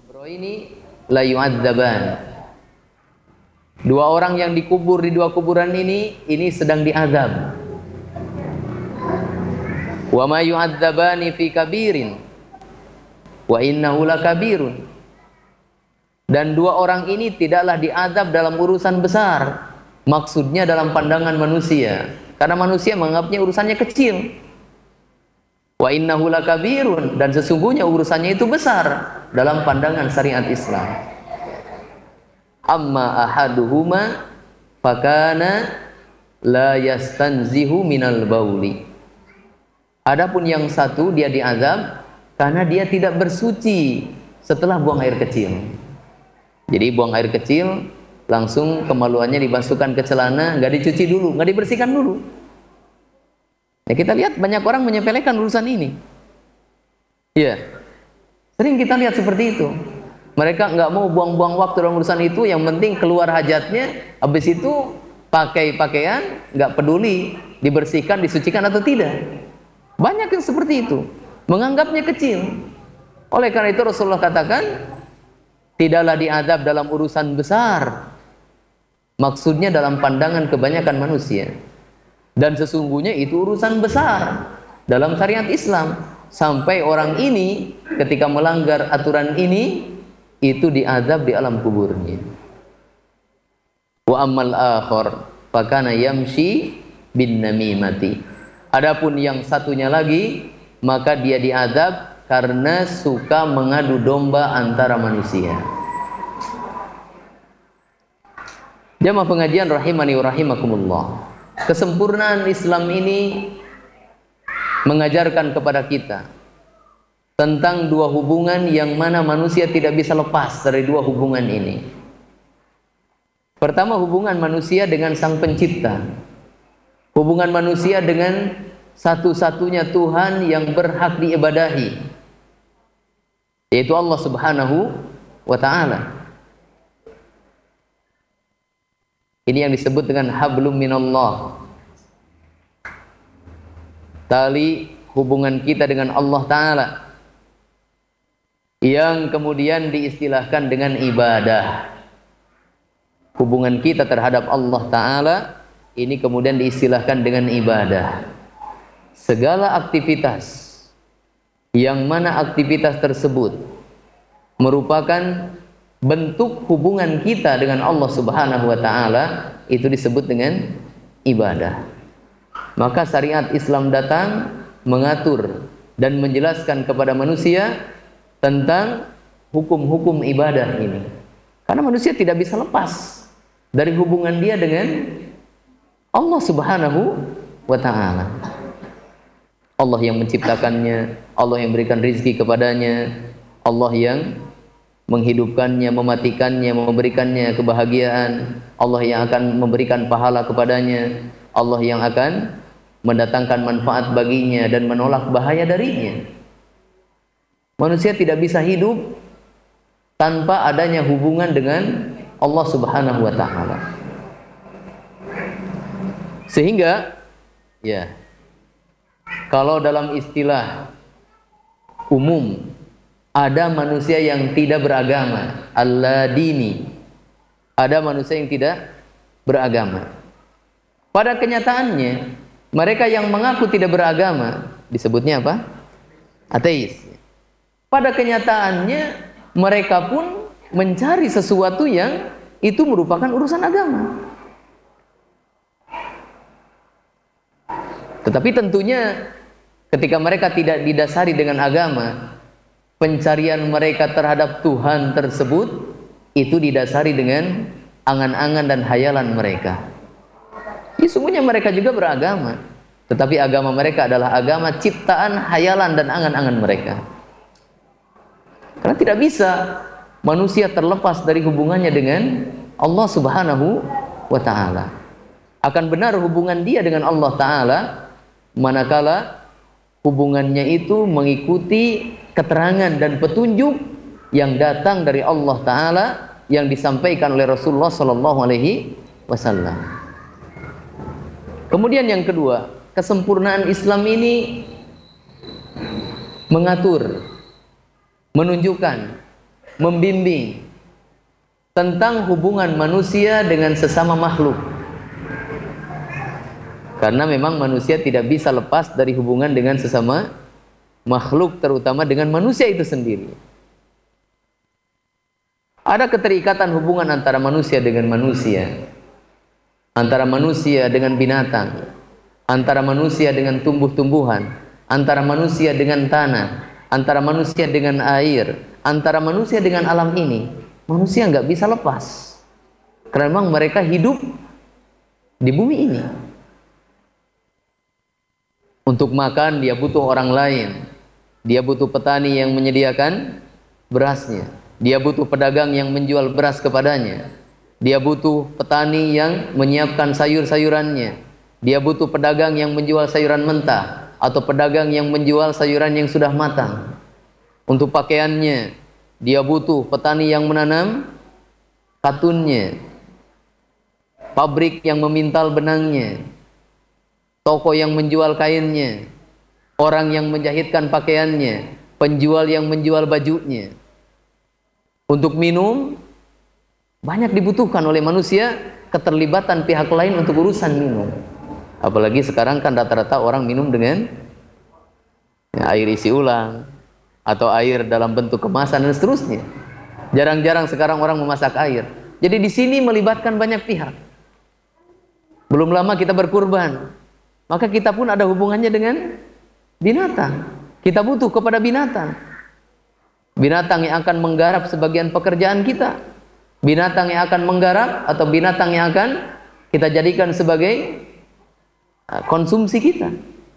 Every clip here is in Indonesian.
Ini la yu'adzaban. Dua orang yang dikubur di dua kuburan ini sedang diazab. Wa ma yu'adzabani fi kabirin wa innahu lakabirun. Dan dua orang ini tidaklah diazab dalam urusan besar. Maksudnya dalam pandangan manusia, karena manusia menganggapnya urusannya kecil. Wa innahu lakabirun, dan sesungguhnya urusannya itu besar dalam pandangan syariat Islam. Amma ahaduhuma fakana la yastanzihu minal bauli. Adapun yang satu, dia diazab karena dia tidak bersuci setelah buang air kecil. Jadi buang air kecil, langsung kemaluannya dibasuhkan ke celana, nggak dicuci dulu, nggak dibersihkan dulu. Ya, kita lihat banyak orang menyepelekan urusan ini. Iya, sering kita lihat seperti itu. Mereka nggak mau buang-buang waktu dalam urusan itu, yang penting keluar hajatnya, habis itu pakai pakaian, nggak peduli dibersihkan, disucikan atau tidak. Banyak yang seperti itu, menganggapnya kecil. Oleh karena itu Rasulullah katakan, tidaklah diazab dalam urusan besar. Maksudnya dalam pandangan kebanyakan manusia. Dan sesungguhnya itu urusan besar dalam syariat Islam. Sampai orang ini ketika melanggar aturan ini, itu diazab di alam kuburnya. Wa ammal akhar fakana yamshi bin namimati. Adapun yang satunya lagi, maka dia diazab karena suka mengadu domba antara manusia. Jamaah pengajian rahimani wa rahimakumullah. Kesempurnaan Islam ini mengajarkan kepada kita tentang dua hubungan yang mana manusia tidak bisa lepas dari dua hubungan ini. Pertama, hubungan manusia dengan Sang Pencipta. Hubungan manusia dengan satu-satunya Tuhan yang berhak diibadahi, yaitu Allah Subhanahu wa ta'ala. Ini yang disebut dengan hablum minallah, tali hubungan kita dengan Allah Ta'ala, yang kemudian diistilahkan dengan ibadah. Hubungan kita terhadap Allah Ta'ala ini kemudian diistilahkan dengan ibadah. Segala aktivitas yang mana aktivitas tersebut merupakan bentuk hubungan kita dengan Allah Subhanahu wa ta'ala, itu disebut dengan ibadah. Maka syariat Islam datang mengatur dan menjelaskan kepada manusia tentang hukum-hukum ibadah ini. Karena manusia tidak bisa lepas dari hubungan dia dengan Allah Subhanahu wa ta'ala. Allah yang menciptakannya, Allah yang memberikan rizki kepadanya, Allah yang menghidupkannya, mematikannya, memberikannya kebahagiaan, Allah yang akan memberikan pahala kepadanya, Allah yang akan mendatangkan manfaat baginya dan menolak bahaya darinya. Manusia tidak bisa hidup tanpa adanya hubungan dengan Allah Subhanahu wa ta'ala. Sehingga ya, kalau dalam istilah umum, ada manusia yang tidak beragama, alladini. Ada manusia yang tidak beragama. Pada kenyataannya, mereka yang mengaku tidak beragama disebutnya apa? Ateis. Pada kenyataannya, mereka pun mencari sesuatu yang itu merupakan urusan agama. Tetapi tentunya ketika mereka tidak didasari dengan agama, pencarian mereka terhadap Tuhan tersebut itu didasari dengan angan-angan dan hayalan mereka. Ya, sungguhnya mereka juga beragama, tetapi agama mereka adalah agama ciptaan, hayalan dan angan-angan mereka. Karena tidak bisa manusia terlepas dari hubungannya dengan Allah Subhanahu wa ta'ala. Akan benar hubungan dia dengan Allah Ta'ala manakala hubungannya itu mengikuti keterangan dan petunjuk yang datang dari Allah Ta'ala, yang disampaikan oleh Rasulullah Sallallahu Alaihi Wasallam. Kemudian yang kedua, kesempurnaan Islam ini mengatur, menunjukkan membimbing tentang hubungan manusia dengan sesama makhluk. Karena memang manusia tidak bisa lepas dari hubungan dengan sesama makhluk, terutama dengan manusia itu sendiri. Ada keterikatan hubungan antara manusia dengan manusia, antara manusia dengan binatang, antara manusia dengan tumbuh-tumbuhan, antara manusia dengan tanah, antara manusia dengan air, antara manusia dengan alam ini. Manusia nggak bisa lepas, karena memang mereka hidup di bumi ini. Untuk makan dia butuh orang lain, dia butuh petani yang menyediakan berasnya, dia butuh pedagang yang menjual beras kepadanya, dia butuh petani yang menyiapkan sayur-sayurannya, dia butuh pedagang yang menjual sayuran mentah atau pedagang yang menjual sayuran yang sudah matang. Untuk pakaiannya dia butuh petani yang menanam katunnya, pabrik yang memintal benangnya, toko yang menjual kainnya, orang yang menjahitkan pakaiannya, penjual yang menjual bajunya. Untuk minum, banyak dibutuhkan oleh manusia keterlibatan pihak lain untuk urusan minum. Apalagi sekarang kan rata-rata orang minum dengan air isi ulang atau air dalam bentuk kemasan dan seterusnya. Jarang-jarang sekarang orang memasak air. Jadi di sini melibatkan banyak pihak. Belum lama kita berkurban, maka kita pun ada hubungannya dengan binatang. Kita butuh kepada binatang. Binatang yang akan menggarap sebagian pekerjaan kita. Binatang yang akan menggarap atau binatang yang akan kita jadikan sebagai konsumsi kita.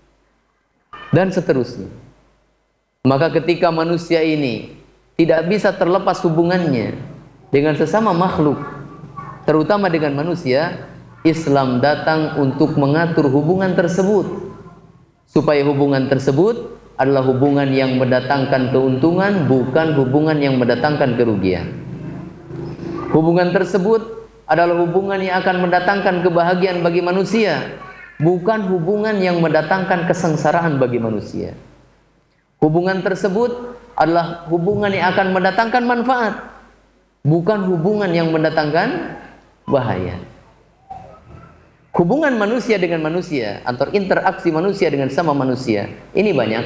Dan seterusnya. Maka ketika manusia ini tidak bisa terlepas hubungannya dengan sesama makhluk, terutama dengan manusia, Islam datang untuk mengatur hubungan tersebut, supaya hubungan tersebut adalah hubungan yang mendatangkan keuntungan, bukan hubungan yang mendatangkan kerugian. Hubungan tersebut adalah hubungan yang akan mendatangkan kebahagiaan bagi manusia, bukan hubungan yang mendatangkan kesengsaraan bagi manusia. Hubungan tersebut adalah hubungan yang akan mendatangkan manfaat, bukan hubungan yang mendatangkan bahaya. Hubungan manusia dengan manusia, atau interaksi manusia dengan sama manusia, ini banyak.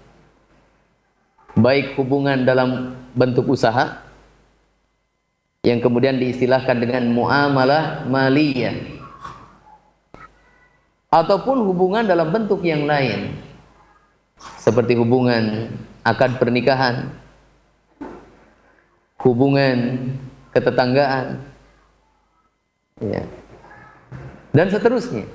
Baik hubungan dalam bentuk usaha, yang kemudian diistilahkan dengan muamalah maliyah, ataupun hubungan dalam bentuk yang lain, seperti hubungan akad pernikahan, hubungan ketetanggaan, ya, dan seterusnya.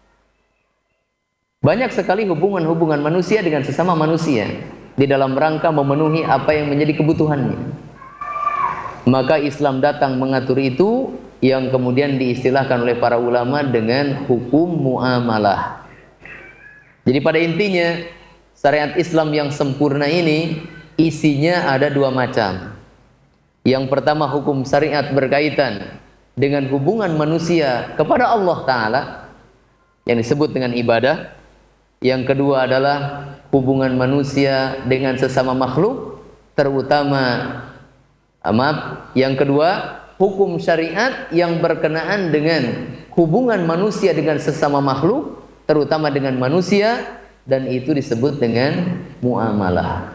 Banyak sekali hubungan-hubungan manusia dengan sesama manusia di dalam rangka memenuhi apa yang menjadi kebutuhannya. Maka Islam datang mengatur itu, yang kemudian diistilahkan oleh para ulama dengan hukum muamalah. Jadi pada intinya syariat Islam yang sempurna ini isinya ada dua macam. Yang pertama hukum syariat berkaitan dengan hubungan manusia kepada Allah Ta'ala yang disebut dengan ibadah. Yang kedua adalah hubungan manusia dengan sesama makhluk, terutama yang kedua hukum syariat yang berkenaan dengan hubungan manusia dengan sesama makhluk, terutama dengan manusia, dan itu disebut dengan muamalah.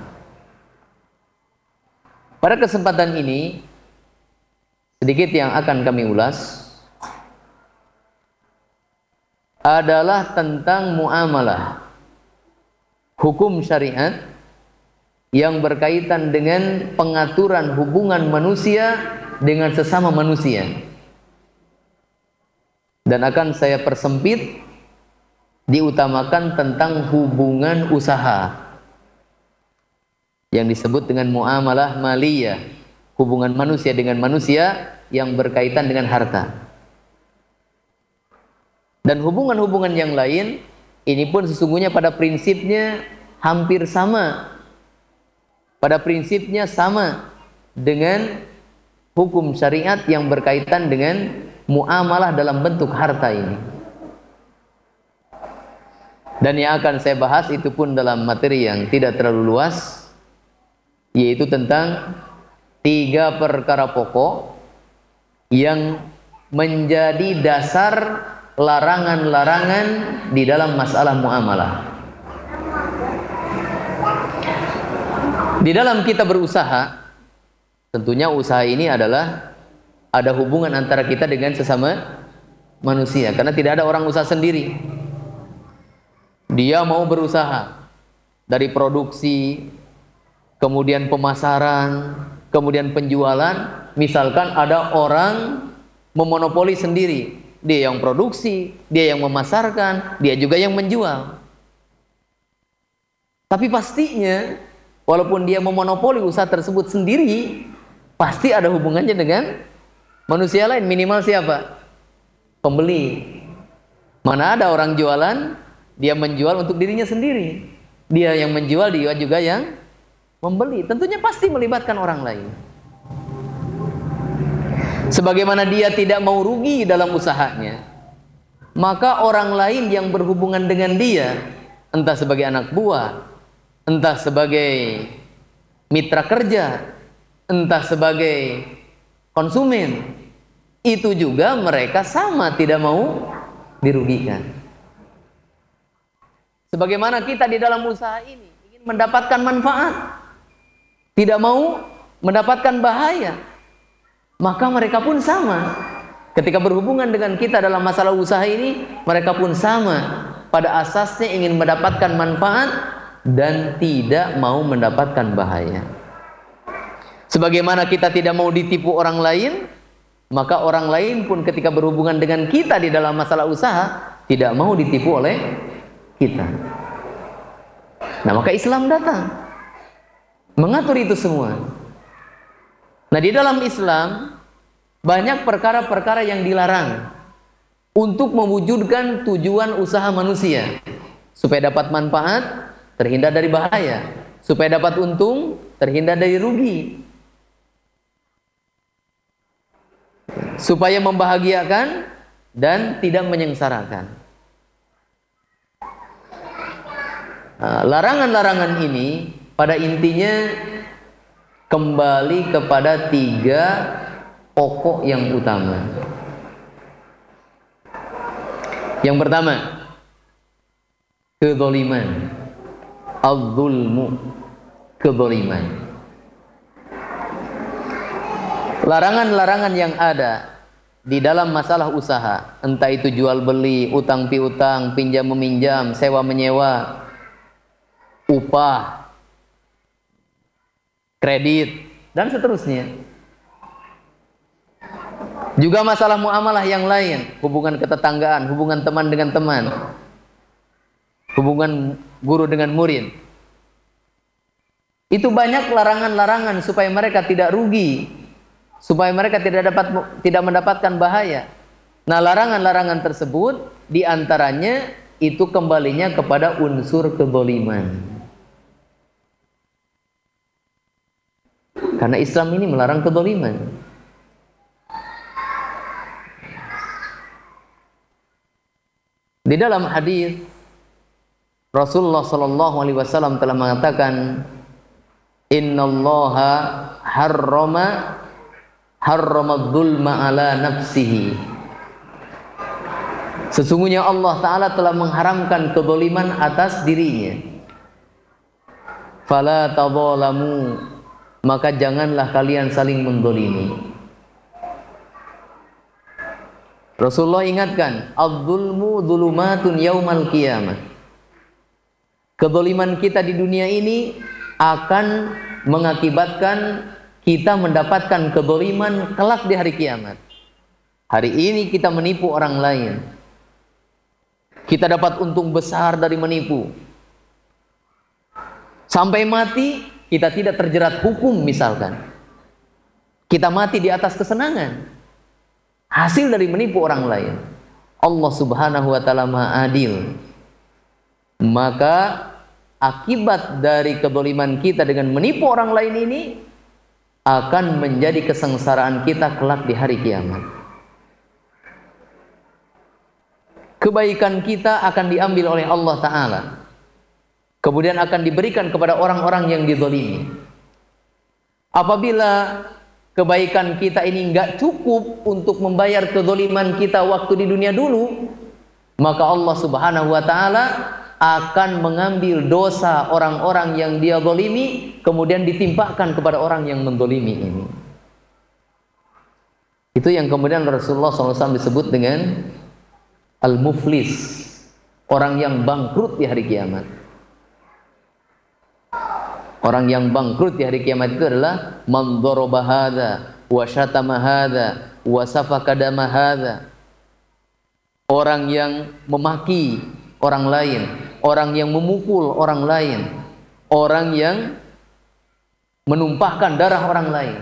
Pada kesempatan ini sedikit yang akan kami ulas adalah tentang muamalah, hukum syariat yang berkaitan dengan pengaturan hubungan manusia dengan sesama manusia. Dan akan saya persempit, diutamakan tentang hubungan usaha yang disebut dengan muamalah maliyah, hubungan manusia dengan manusia yang berkaitan dengan harta. Dan hubungan-hubungan yang lain ini pun sesungguhnya pada prinsipnya hampir sama. Pada prinsipnya sama dengan hukum syariat yang berkaitan dengan muamalah dalam bentuk harta ini. Dan yang akan saya bahas itu pun dalam materi yang tidak terlalu luas, yaitu tentang 3 perkara pokok yang menjadi dasar larangan-larangan di dalam masalah muamalah. Di dalam kita berusaha, tentunya usaha ini adalah ada hubungan antara kita dengan sesama manusia, karena tidak ada orang usaha sendiri. Dia mau berusaha dari produksi, kemudian pemasaran, kemudian penjualan. Misalkan ada orang memonopoli sendiri, dia yang produksi, dia yang memasarkan, dia juga yang menjual. Tapi pastinya walaupun dia memonopoli usaha tersebut sendiri, pasti ada hubungannya dengan manusia lain. Minimal siapa? Pembeli. Mana ada orang jualan, dia menjual untuk dirinya sendiri. Dia yang menjual, dia juga yang membeli. Tentunya pasti melibatkan orang lain. Sebagaimana dia tidak mau rugi dalam usahanya, maka orang lain yang berhubungan dengan dia, entah sebagai anak buah, entah sebagai mitra kerja, entah sebagai konsumen, itu juga mereka sama tidak mau dirugikan. Sebagaimana kita di dalam usaha ini ingin mendapatkan manfaat, tidak mau mendapatkan bahaya, maka mereka pun sama. Ketika berhubungan dengan kita dalam masalah usaha ini, mereka pun sama. Pada asasnya ingin mendapatkan manfaat dan tidak mau mendapatkan bahaya. Sebagaimana kita tidak mau ditipu orang lain, maka orang lain pun ketika berhubungan dengan kita di dalam masalah usaha tidak mau ditipu oleh kita. Nah, maka Islam datang mengatur itu semua. Nah, di dalam Islam banyak perkara-perkara yang dilarang untuk mewujudkan tujuan usaha manusia, supaya dapat manfaat, terhindar dari bahaya, supaya dapat untung, terhindar dari rugi, supaya membahagiakan dan tidak menyengsarakan. Nah, larangan-larangan ini pada intinya kembali kepada 3 pokok yang utama. Yang pertama, kezaliman, az-zulmu, kezaliman. Larangan-larangan yang ada di dalam masalah usaha, entah itu jual beli, utang piutang, pinjam meminjam, sewa menyewa, upah, kredit, dan seterusnya. Juga masalah muamalah yang lain, hubungan ketetanggaan, hubungan teman dengan teman, hubungan guru dengan murid. Itu banyak larangan-larangan supaya mereka tidak rugi, supaya mereka tidak mendapatkan bahaya. Nah, larangan-larangan tersebut diantaranya itu kembalinya kepada unsur kezaliman. Karena Islam ini melarang kezaliman. Di dalam hadis Rasulullah sallallahu alaihi wasallam telah mengatakan, "Innallaha harrama dzulma ala nafsihi." Sesungguhnya Allah Ta'ala telah mengharamkan kezaliman atas dirinya. Fala tadzalamu, maka janganlah kalian saling menzalimi. Rasulullah ingatkan, "Adz-dzulmu dzulumatun yaumal qiyamah." Kezaliman kita di dunia ini akan mengakibatkan kita mendapatkan kezaliman kelak di hari kiamat. Hari ini kita menipu orang lain, kita dapat untung besar dari menipu. Sampai mati kita tidak terjerat hukum misalkan. Kita mati di atas kesenangan, hasil dari menipu orang lain. Allah Subhanahu wa ta'ala Maha Adil. Maka akibat dari kezaliman kita dengan menipu orang lain ini akan menjadi kesengsaraan kita kelak di hari kiamat. Kebaikan kita akan diambil oleh Allah Ta'ala, kemudian akan diberikan kepada orang-orang yang dizalimi. Apabila kebaikan kita ini enggak cukup untuk membayar kezaliman kita waktu di dunia dulu, maka Allah Subhanahu wa taala akan mengambil dosa orang-orang yang dia zalimi kemudian ditimpakan kepada orang yang menzalimi ini. Itu yang kemudian Rasulullah SAW disebut dengan al-muflis, orang yang bangkrut di hari kiamat. Orang yang bangkrut di hari kiamat itu adalah man daraba hadza wa syatama hadza wa safaka dama hadza. Orang yang memaki orang lain, orang yang memukul orang lain, orang yang menumpahkan darah orang lain.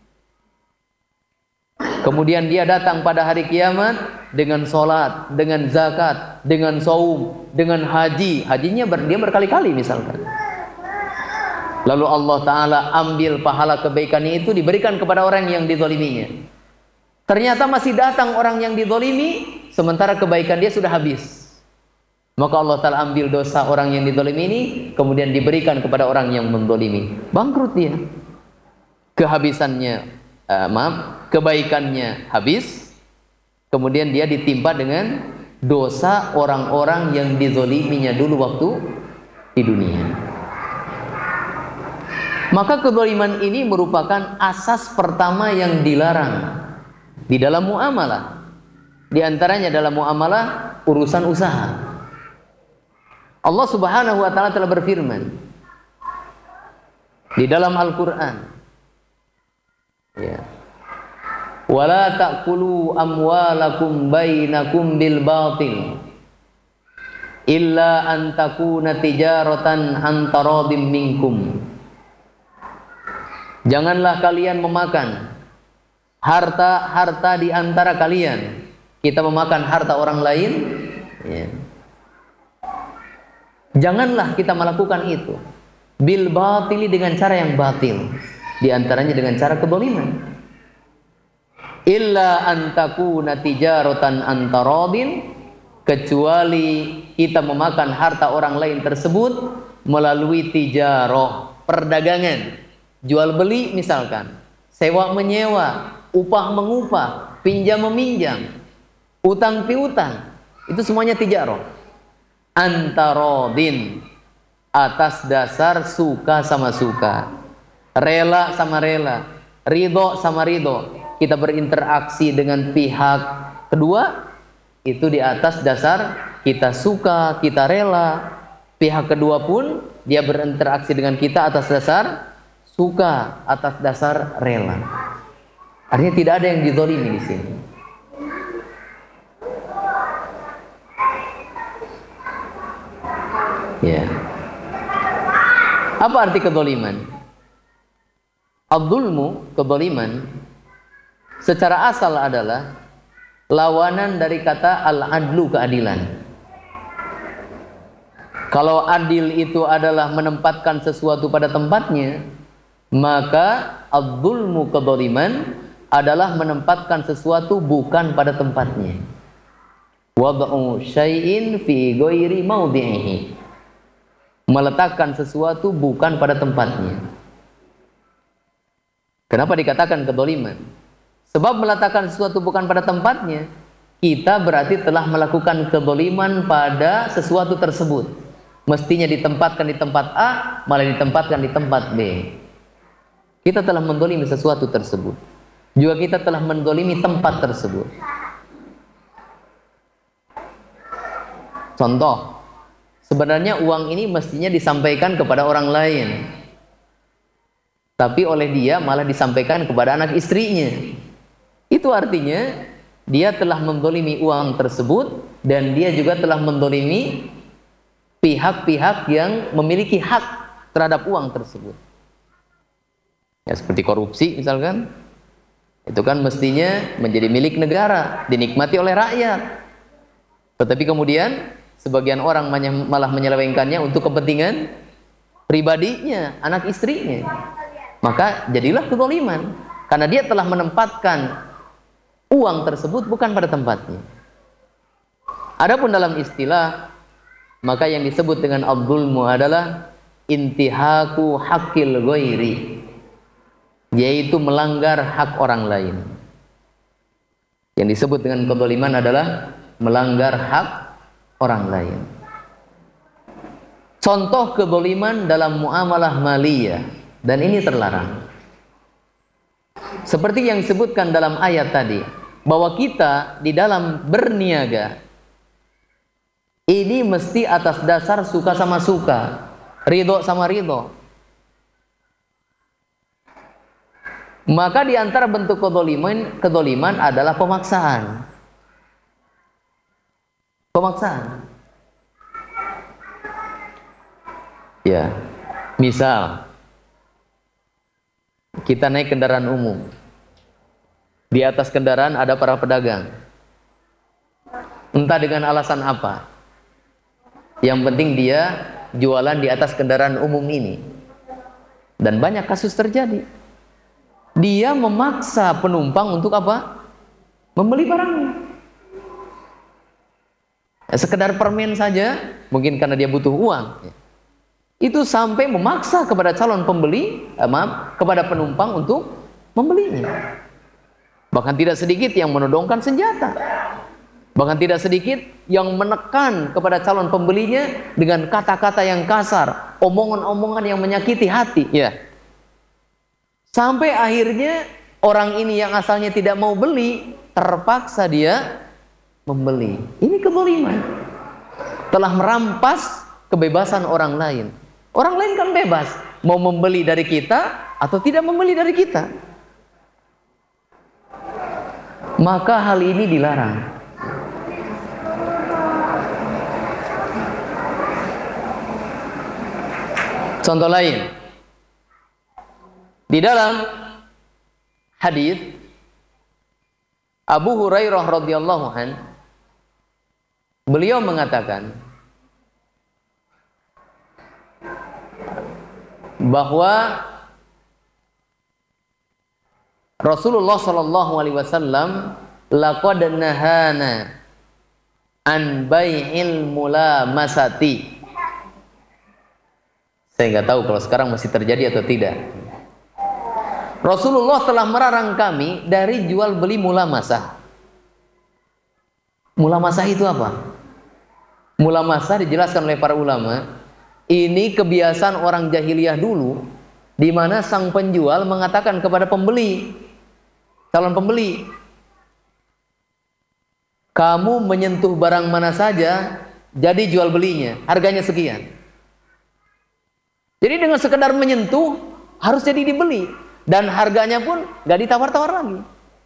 Kemudian dia datang pada hari kiamat dengan sholat, dengan zakat, dengan saum, dengan haji. Hajinya dia berkali-kali misalkan. Lalu Allah Ta'ala ambil pahala kebaikannya itu diberikan kepada orang yang dizaliminya. Ternyata masih datang orang yang dizalimi, sementara kebaikan dia sudah habis. Maka Allah Ta'ala ambil dosa orang yang dizalimi ini, kemudian diberikan kepada orang yang menzalimi. Bangkrut dia. Kebaikannya habis, kemudian dia ditimpa dengan dosa orang-orang yang dizaliminya dulu waktu di dunia. Maka kezaliman ini merupakan asas pertama yang dilarang di dalam muamalah. Di antaranya dalam muamalah urusan usaha. Allah Subhanahu wa taala telah berfirman di dalam Al-Qur'an, ya. Wala ta'kulu amwalakum bainakum bil batil illa an takuna tijaratan an taradim minkum. Janganlah kalian memakan harta di antara kalian. Kita memakan harta orang lain, ya. Janganlah kita melakukan itu bil batili, dengan cara yang batil, di antaranya dengan cara kezaliman. Illa an takuna tijaratan an taradin, kecuali kita memakan harta orang lain tersebut melalui tijarah, perdagangan. Jual beli misalkan, sewa menyewa, upah mengupah, pinjam meminjam, utang piutang, itu semuanya tijarah. Antarodin, atas dasar suka sama suka, rela sama rela, ridho sama ridho. Kita berinteraksi dengan pihak kedua itu di atas dasar kita suka, kita rela. Pihak kedua pun dia berinteraksi dengan kita atas dasar suka, atas dasar rela. Artinya tidak ada yang dizalimi di sini. Ya. Apa arti kezaliman? Adzulmu, kezaliman, secara asal adalah lawanan dari kata al-adlu, keadilan. Kalau adil itu adalah menempatkan sesuatu pada tempatnya, maka adzulmu, kezaliman, adalah menempatkan sesuatu bukan pada tempatnya. Wad'u syai'in fi ghairi maudhi'ihi, meletakkan sesuatu bukan pada tempatnya. Kenapa dikatakan kezaliman? Sebab meletakkan sesuatu bukan pada tempatnya, kita berarti telah melakukan kezaliman pada sesuatu tersebut. Mestinya ditempatkan di tempat A, malah ditempatkan di tempat B. Kita telah menzalimi sesuatu tersebut. Juga kita telah menzalimi tempat tersebut. Contoh, sebenarnya uang ini mestinya disampaikan kepada orang lain, tapi oleh dia malah disampaikan kepada anak istrinya. Itu artinya dia telah menzalimi uang tersebut, dan dia juga telah menzalimi pihak-pihak yang memiliki hak terhadap uang tersebut. Ya, seperti korupsi misalkan, itu kan mestinya menjadi milik negara, dinikmati oleh rakyat, tetapi kemudian sebagian orang malah menyelewengkannya untuk kepentingan pribadinya, anak istrinya. Maka jadilah kezaliman, karena dia telah menempatkan uang tersebut bukan pada tempatnya. Adapun dalam istilah, maka yang disebut dengan adzulmu adalah intihaku haqqil ghairi, yaitu melanggar hak orang lain. Yang disebut dengan kezaliman adalah melanggar hak orang lain. Contoh kezaliman dalam muamalah maliyah, dan ini terlarang. Seperti yang disebutkan dalam ayat tadi, bahwa kita di dalam berniaga ini mesti atas dasar suka sama suka, ridho sama ridho. Maka di antara bentuk kedzaliman adalah pemaksaan. Pemaksaan. Ya, misal kita naik kendaraan umum. Di atas kendaraan ada para pedagang. Entah dengan alasan apa. Yang penting dia jualan di atas kendaraan umum ini. Dan banyak kasus terjadi. Dia memaksa penumpang untuk apa? Membeli barangnya. Sekedar permen saja, mungkin karena dia butuh uang. Itu sampai memaksa kepada calon pembeli, kepada penumpang untuk membelinya. Bahkan tidak sedikit yang menodongkan senjata. Bahkan tidak sedikit yang menekan kepada calon pembelinya dengan kata-kata yang kasar, omongan-omongan yang menyakiti hati. Ya. Sampai akhirnya orang ini yang asalnya tidak mau beli, terpaksa dia membeli. Ini kezaliman. Telah merampas kebebasan orang lain. Orang lain kan bebas mau membeli dari kita atau tidak membeli dari kita. Maka hal ini dilarang. Contoh lain. Di dalam hadis Abu Hurairah radhiyallahu an, beliau mengatakan bahwa Rasulullah sallallahu alaihi wasallam laqad nahana an bai'il mulamasati. Saya nggak tahu kalau sekarang masih terjadi atau tidak. Rasulullah telah melarang kami dari jual beli mulamasah. Mulamasah itu apa? Mulamasah dijelaskan oleh para ulama, ini kebiasaan orang jahiliyah dulu, di mana sang penjual mengatakan kepada pembeli, calon pembeli, kamu menyentuh barang mana saja, jadi jual belinya, harganya sekian. Jadi dengan sekedar menyentuh harus jadi dibeli. Dan harganya pun gak ditawar-tawar lagi.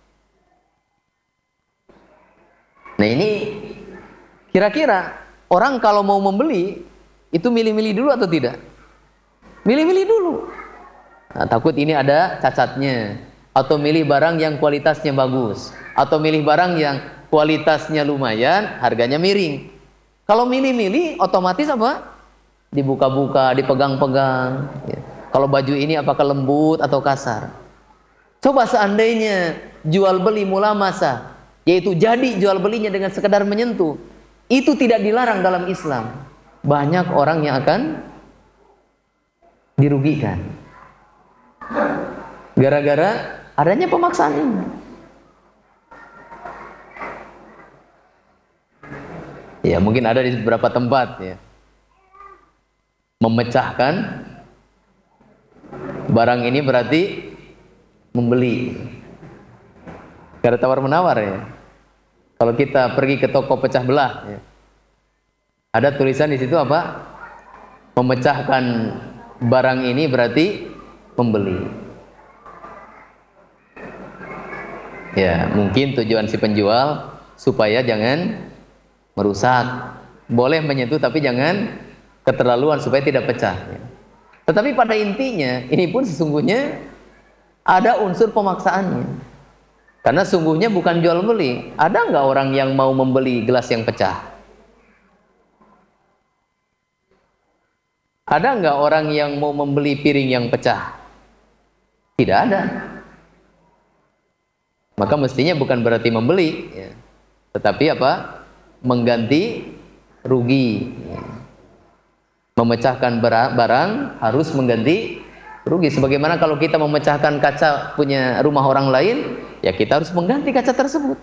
Nah ini kira-kira orang kalau mau membeli itu milih-milih dulu atau tidak? Milih-milih dulu. Nah, takut ini ada cacatnya, atau milih barang yang kualitasnya bagus, atau milih barang yang kualitasnya lumayan, harganya miring. Kalau milih-milih otomatis apa? Dibuka-buka, dipegang-pegang. Ya. Kalau baju ini apakah lembut atau kasar? Coba seandainya jual beli mulamasah, yaitu jadi jual belinya dengan sekedar menyentuh, itu tidak dilarang dalam Islam. Banyak orang yang akan dirugikan gara-gara adanya pemaksaan ini. Ya mungkin ada di beberapa tempat ya, memecahkan barang ini berarti membeli. Gak ada tawar menawar ya. Kalau kita pergi ke toko pecah belah ya, ada tulisan di situ apa? Memecahkan barang ini berarti membeli. Ya mungkin tujuan si penjual supaya jangan merusak. Boleh menyentuh tapi jangan keterlaluan supaya tidak pecah ya. Tetapi pada intinya ini pun sesungguhnya ada unsur pemaksaannya. Karena sungguhnya bukan jual beli. Ada nggak orang yang mau membeli gelas yang pecah? Ada nggak orang yang mau membeli piring yang pecah? Tidak ada. Maka mestinya bukan berarti membeli ya. Tetapi apa? Mengganti rugi ya. Memecahkan barang harus mengganti Rugi. Sebagaimana kalau kita memecahkan kaca punya rumah orang lain, ya kita harus mengganti kaca tersebut.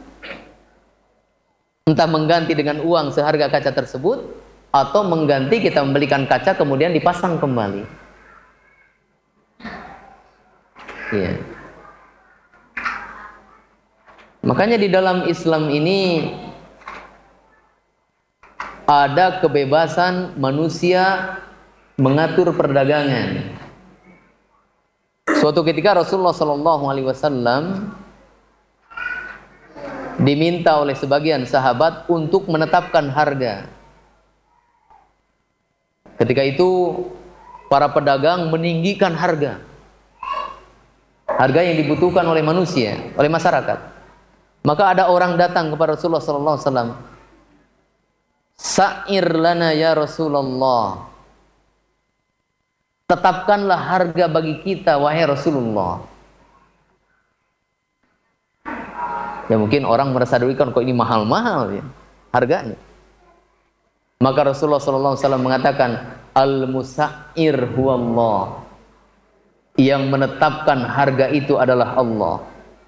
Entah mengganti dengan uang seharga kaca tersebut, atau mengganti kita membelikan kaca kemudian dipasang kembali. Ya. Makanya di dalam Islam ini ada kebebasan manusia mengatur perdagangan. Suatu ketika Rasulullah SAW diminta oleh sebagian sahabat untuk menetapkan harga. Ketika itu para pedagang meninggikan harga yang dibutuhkan oleh manusia, oleh masyarakat. Maka ada orang datang kepada Rasulullah SAW, "Sa'ir lana ya Rasulullah, tetapkanlah harga bagi kita wahai Rasulullah." Ya mungkin orang merasa dirugikan, kok ini mahal-mahal ya harganya. Maka Rasulullah SAW mengatakan, "Al-musa'ir huwallah." Yang menetapkan harga itu adalah Allah.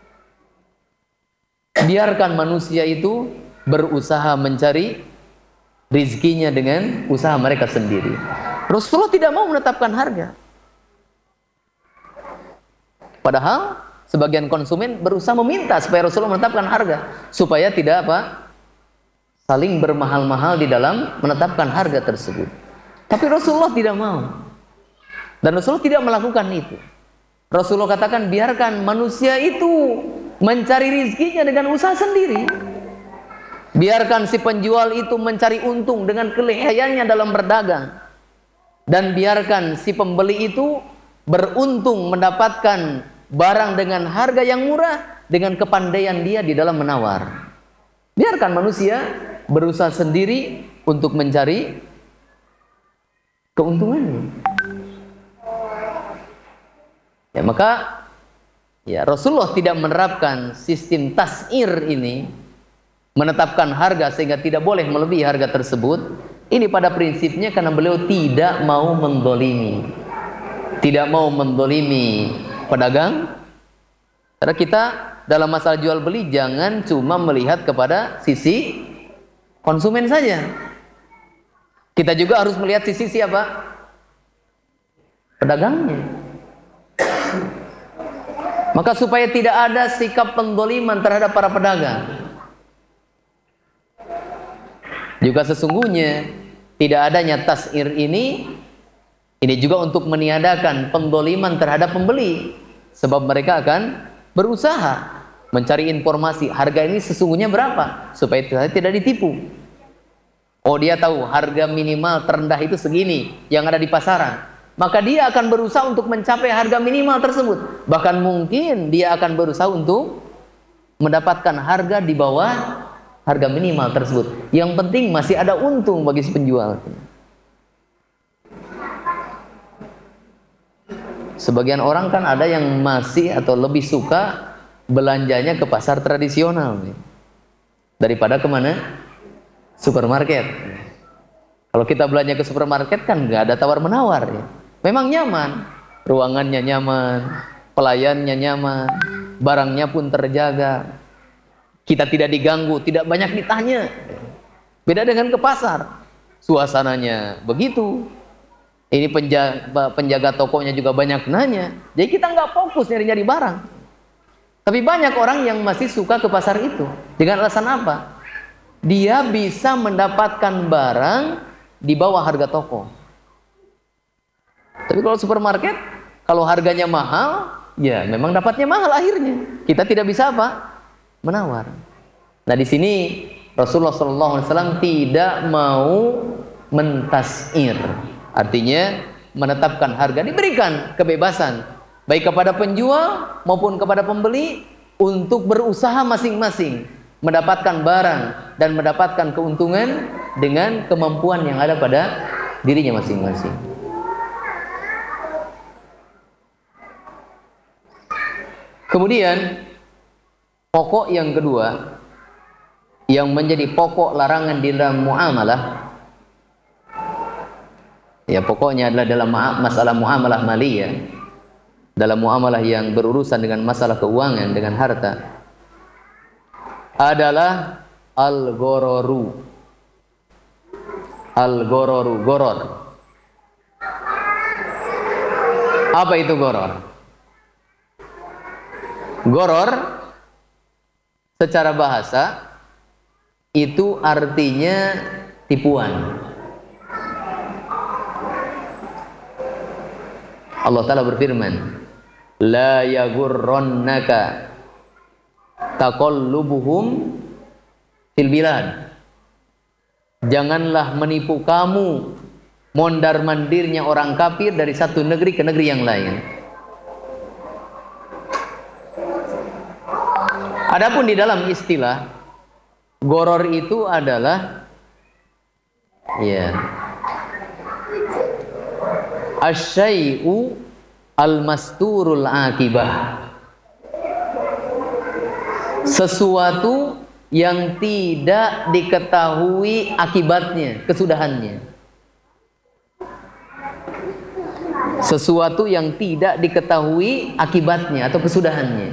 Biarkan manusia itu berusaha mencari rizkinya dengan usaha mereka sendiri. Rasulullah tidak mau menetapkan harga. Padahal sebagian konsumen berusaha meminta supaya Rasulullah menetapkan harga, supaya tidak saling bermahal-mahal di dalam menetapkan harga tersebut. Tapi Rasulullah tidak mau. Dan Rasulullah tidak melakukan itu. Rasulullah katakan, biarkan manusia itu mencari rizkinya dengan usaha sendiri. Biarkan si penjual itu mencari untung dengan kelihayannya dalam berdagang. Dan biarkan si pembeli itu beruntung mendapatkan barang dengan harga yang murah dengan kepandaian dia di dalam menawar. Biarkan manusia berusaha sendiri untuk mencari keuntungannya. Ya, maka ya Rasulullah tidak menerapkan sistem tas'ir ini, menetapkan harga sehingga tidak boleh melebihi harga tersebut. Ini pada prinsipnya karena beliau tidak mau mendolimi, tidak mau mendolimi pedagang. Karena kita dalam masalah jual beli jangan cuma melihat kepada sisi konsumen saja. Kita juga harus melihat sisi siapa? Pedagangnya. Maka supaya tidak ada sikap pendoliman terhadap para pedagang, juga sesungguhnya tidak adanya tas'ir ini juga untuk meniadakan pendoliman terhadap pembeli. Sebab mereka akan berusaha mencari informasi harga ini sesungguhnya berapa, supaya saya tidak ditipu. Oh, dia tahu harga minimal terendah itu segini yang ada di pasaran, maka dia akan berusaha untuk mencapai harga minimal tersebut. Bahkan mungkin dia akan berusaha untuk mendapatkan harga di bawah harga minimal tersebut. Yang penting masih ada untung bagi si penjual. Sebagian orang kan ada yang masih atau lebih suka belanjanya ke pasar tradisional daripada kemana? Supermarket. Kalau kita belanja ke supermarket kan nggak ada tawar-menawar ya. Memang nyaman, ruangannya nyaman, pelayannya nyaman, barangnya pun terjaga, kita tidak diganggu, tidak banyak ditanya. Beda dengan ke pasar, suasananya begitu. Ini penjaga tokonya juga banyak nanya, jadi kita nggak fokus nyari-nyari barang. Tapi banyak orang yang masih suka ke pasar itu dengan alasan apa? Dia bisa mendapatkan barang di bawah harga toko. Tapi kalau supermarket, kalau harganya mahal, ya memang dapatnya mahal akhirnya. Kita tidak bisa menawar. Nah, di sini Rasulullah SAW tidak mau mentas'ir. Artinya menetapkan harga, diberikan kebebasan baik kepada penjual maupun kepada pembeli untuk berusaha masing-masing mendapatkan barang dan mendapatkan keuntungan dengan kemampuan yang ada pada dirinya masing-masing. Kemudian pokok yang kedua yang menjadi pokok larangan di dalam muamalah, ya pokoknya adalah dalam masalah muamalah maliyah, dalam muamalah yang berurusan dengan masalah keuangan, dengan harta, adalah al-ghararu. Al-ghararu, goror. Apa itu goror? Goror secara bahasa itu artinya tipuan. Allah Ta'ala berfirman, la yagurrannaka taqallubuhum fil bilad. Janganlah menipu kamu mondar-mandirnya orang kafir dari satu negeri ke negeri yang lain. Adapun di dalam istilah, goror itu adalah asyai'u al-masturul akibah, sesuatu yang tidak diketahui akibatnya, kesudahannya. Sesuatu yang tidak diketahui akibatnya atau kesudahannya.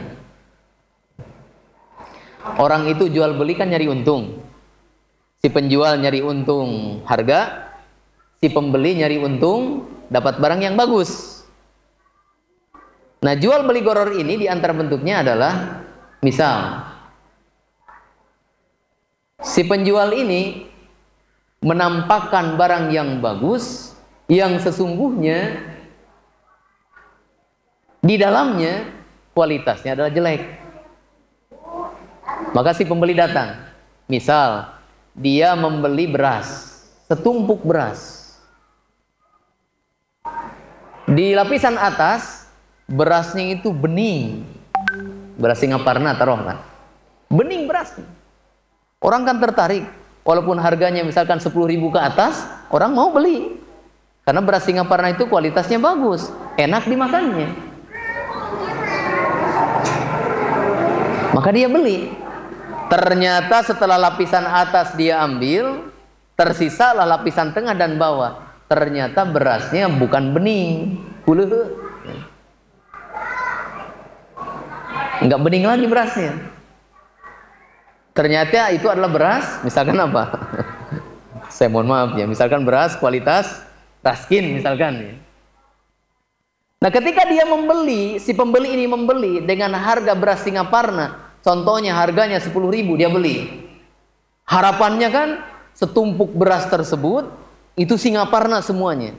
Orang itu jual beli kan nyari untung. Si penjual nyari untung harga, si pembeli nyari untung dapat barang yang bagus. Nah, jual beli goror ini di antara bentuknya adalah, misal si penjual ini menampakkan barang yang bagus yang sesungguhnya di dalamnya kualitasnya adalah jelek. Maka si pembeli datang. Misal dia membeli beras, setumpuk beras. Di lapisan atas berasnya itu bening. Beras Singaparna taruh kan. Bening berasnya. Orang kan tertarik, walaupun harganya misalkan 10.000 ke atas, orang mau beli. Karena beras Singaparna itu kualitasnya bagus, enak dimakannya. Maka dia beli. Ternyata setelah lapisan atas dia ambil, tersisalah lapisan tengah dan bawah. Ternyata berasnya bukan bening, kuleuh. Enggak bening lagi berasnya. Ternyata itu adalah beras, misalkan apa? Saya mohon maaf ya, misalkan beras kualitas Raskin misalkan. Nah, ketika dia membeli, si pembeli ini membeli dengan harga beras Singaparna, contohnya harganya 10.000 dia beli. Harapannya kan setumpuk beras tersebut itu Singaparna semuanya.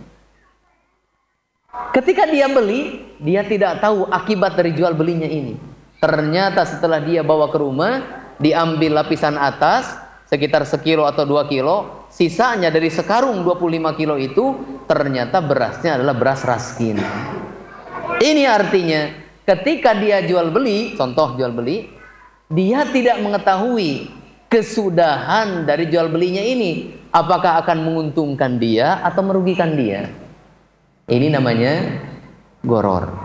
Ketika dia beli, dia tidak tahu akibat dari jual belinya ini. Ternyata setelah dia bawa ke rumah, diambil lapisan atas sekitar sekilo atau 2 kilo, sisanya dari sekarung 25 kilo itu ternyata berasnya adalah beras Raskin. Ini artinya ketika dia jual beli, contoh jual beli, dia tidak mengetahui kesudahan dari jual belinya ini, apakah akan menguntungkan dia atau merugikan dia. Ini namanya goror.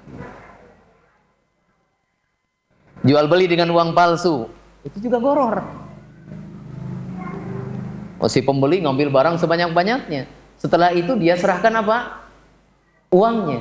Jual beli dengan uang palsu, itu juga goror. Oh, si pembeli ngambil barang sebanyak-banyaknya. Setelah itu dia serahkan apa? Uangnya.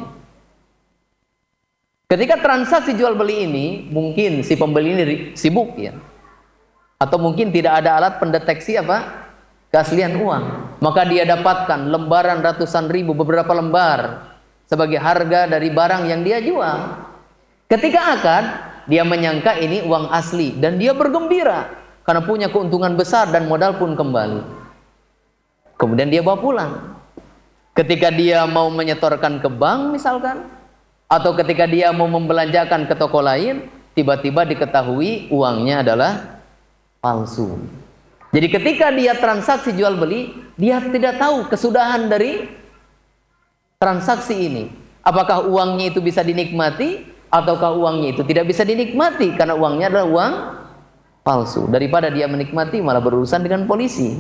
Ketika transaksi jual beli ini, mungkin si pembeli ini sibuk ya, atau mungkin tidak ada alat pendeteksi apa? Keaslian uang. Maka dia dapatkan lembaran ratusan ribu, beberapa lembar sebagai harga dari barang yang dia jual. Ketika akad, dia menyangka ini uang asli dan dia bergembira karena punya keuntungan besar dan modal pun kembali. Kemudian dia bawa pulang. Ketika dia mau menyetorkan ke bank misalkan, atau ketika dia mau membelanjakan ke toko lain, tiba-tiba diketahui uangnya adalah palsu. Jadi ketika dia transaksi jual beli, dia tidak tahu kesudahan dari transaksi ini. Apakah uangnya itu bisa dinikmati ataukah uangnya itu tidak bisa dinikmati karena uangnya adalah uang palsu. Daripada dia menikmati malah berurusan dengan polisi.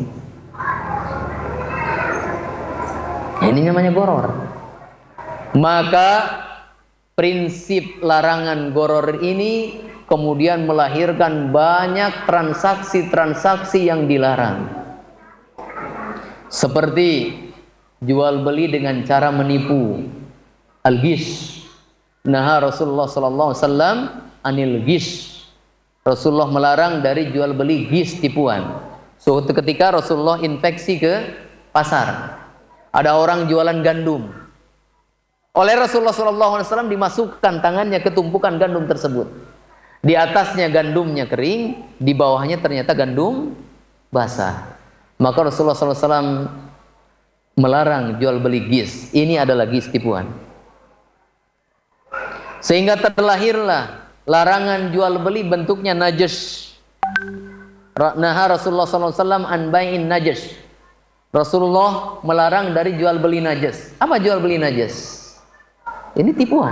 Ini namanya goror. Maka prinsip larangan goror ini kemudian melahirkan banyak transaksi-transaksi yang dilarang. Seperti jual beli dengan cara menipu, al-ghish. Nah, Rasulullah sallallahu alaihi wasallam anil ghish. Rasulullah melarang dari jual beli ghish, tipuan. Suatu ketika Rasulullah infeksi ke pasar. Ada orang jualan gandum. Oleh Rasulullah sallallahu alaihi wasallam dimasukkan tangannya ke tumpukan gandum tersebut. Di atasnya gandumnya kering, di bawahnya ternyata gandum basah. Maka Rasulullah sallallahu alaihi wasallam melarang jual beli ghish. Ini adalah ghish tipuan. Sehingga terlahirlah larangan jual beli bentuknya najas. Nah, Rasulullah SAW an bai'in najas. Rasulullah melarang dari jual beli najas. Apa jual beli najas? Ini tipuan.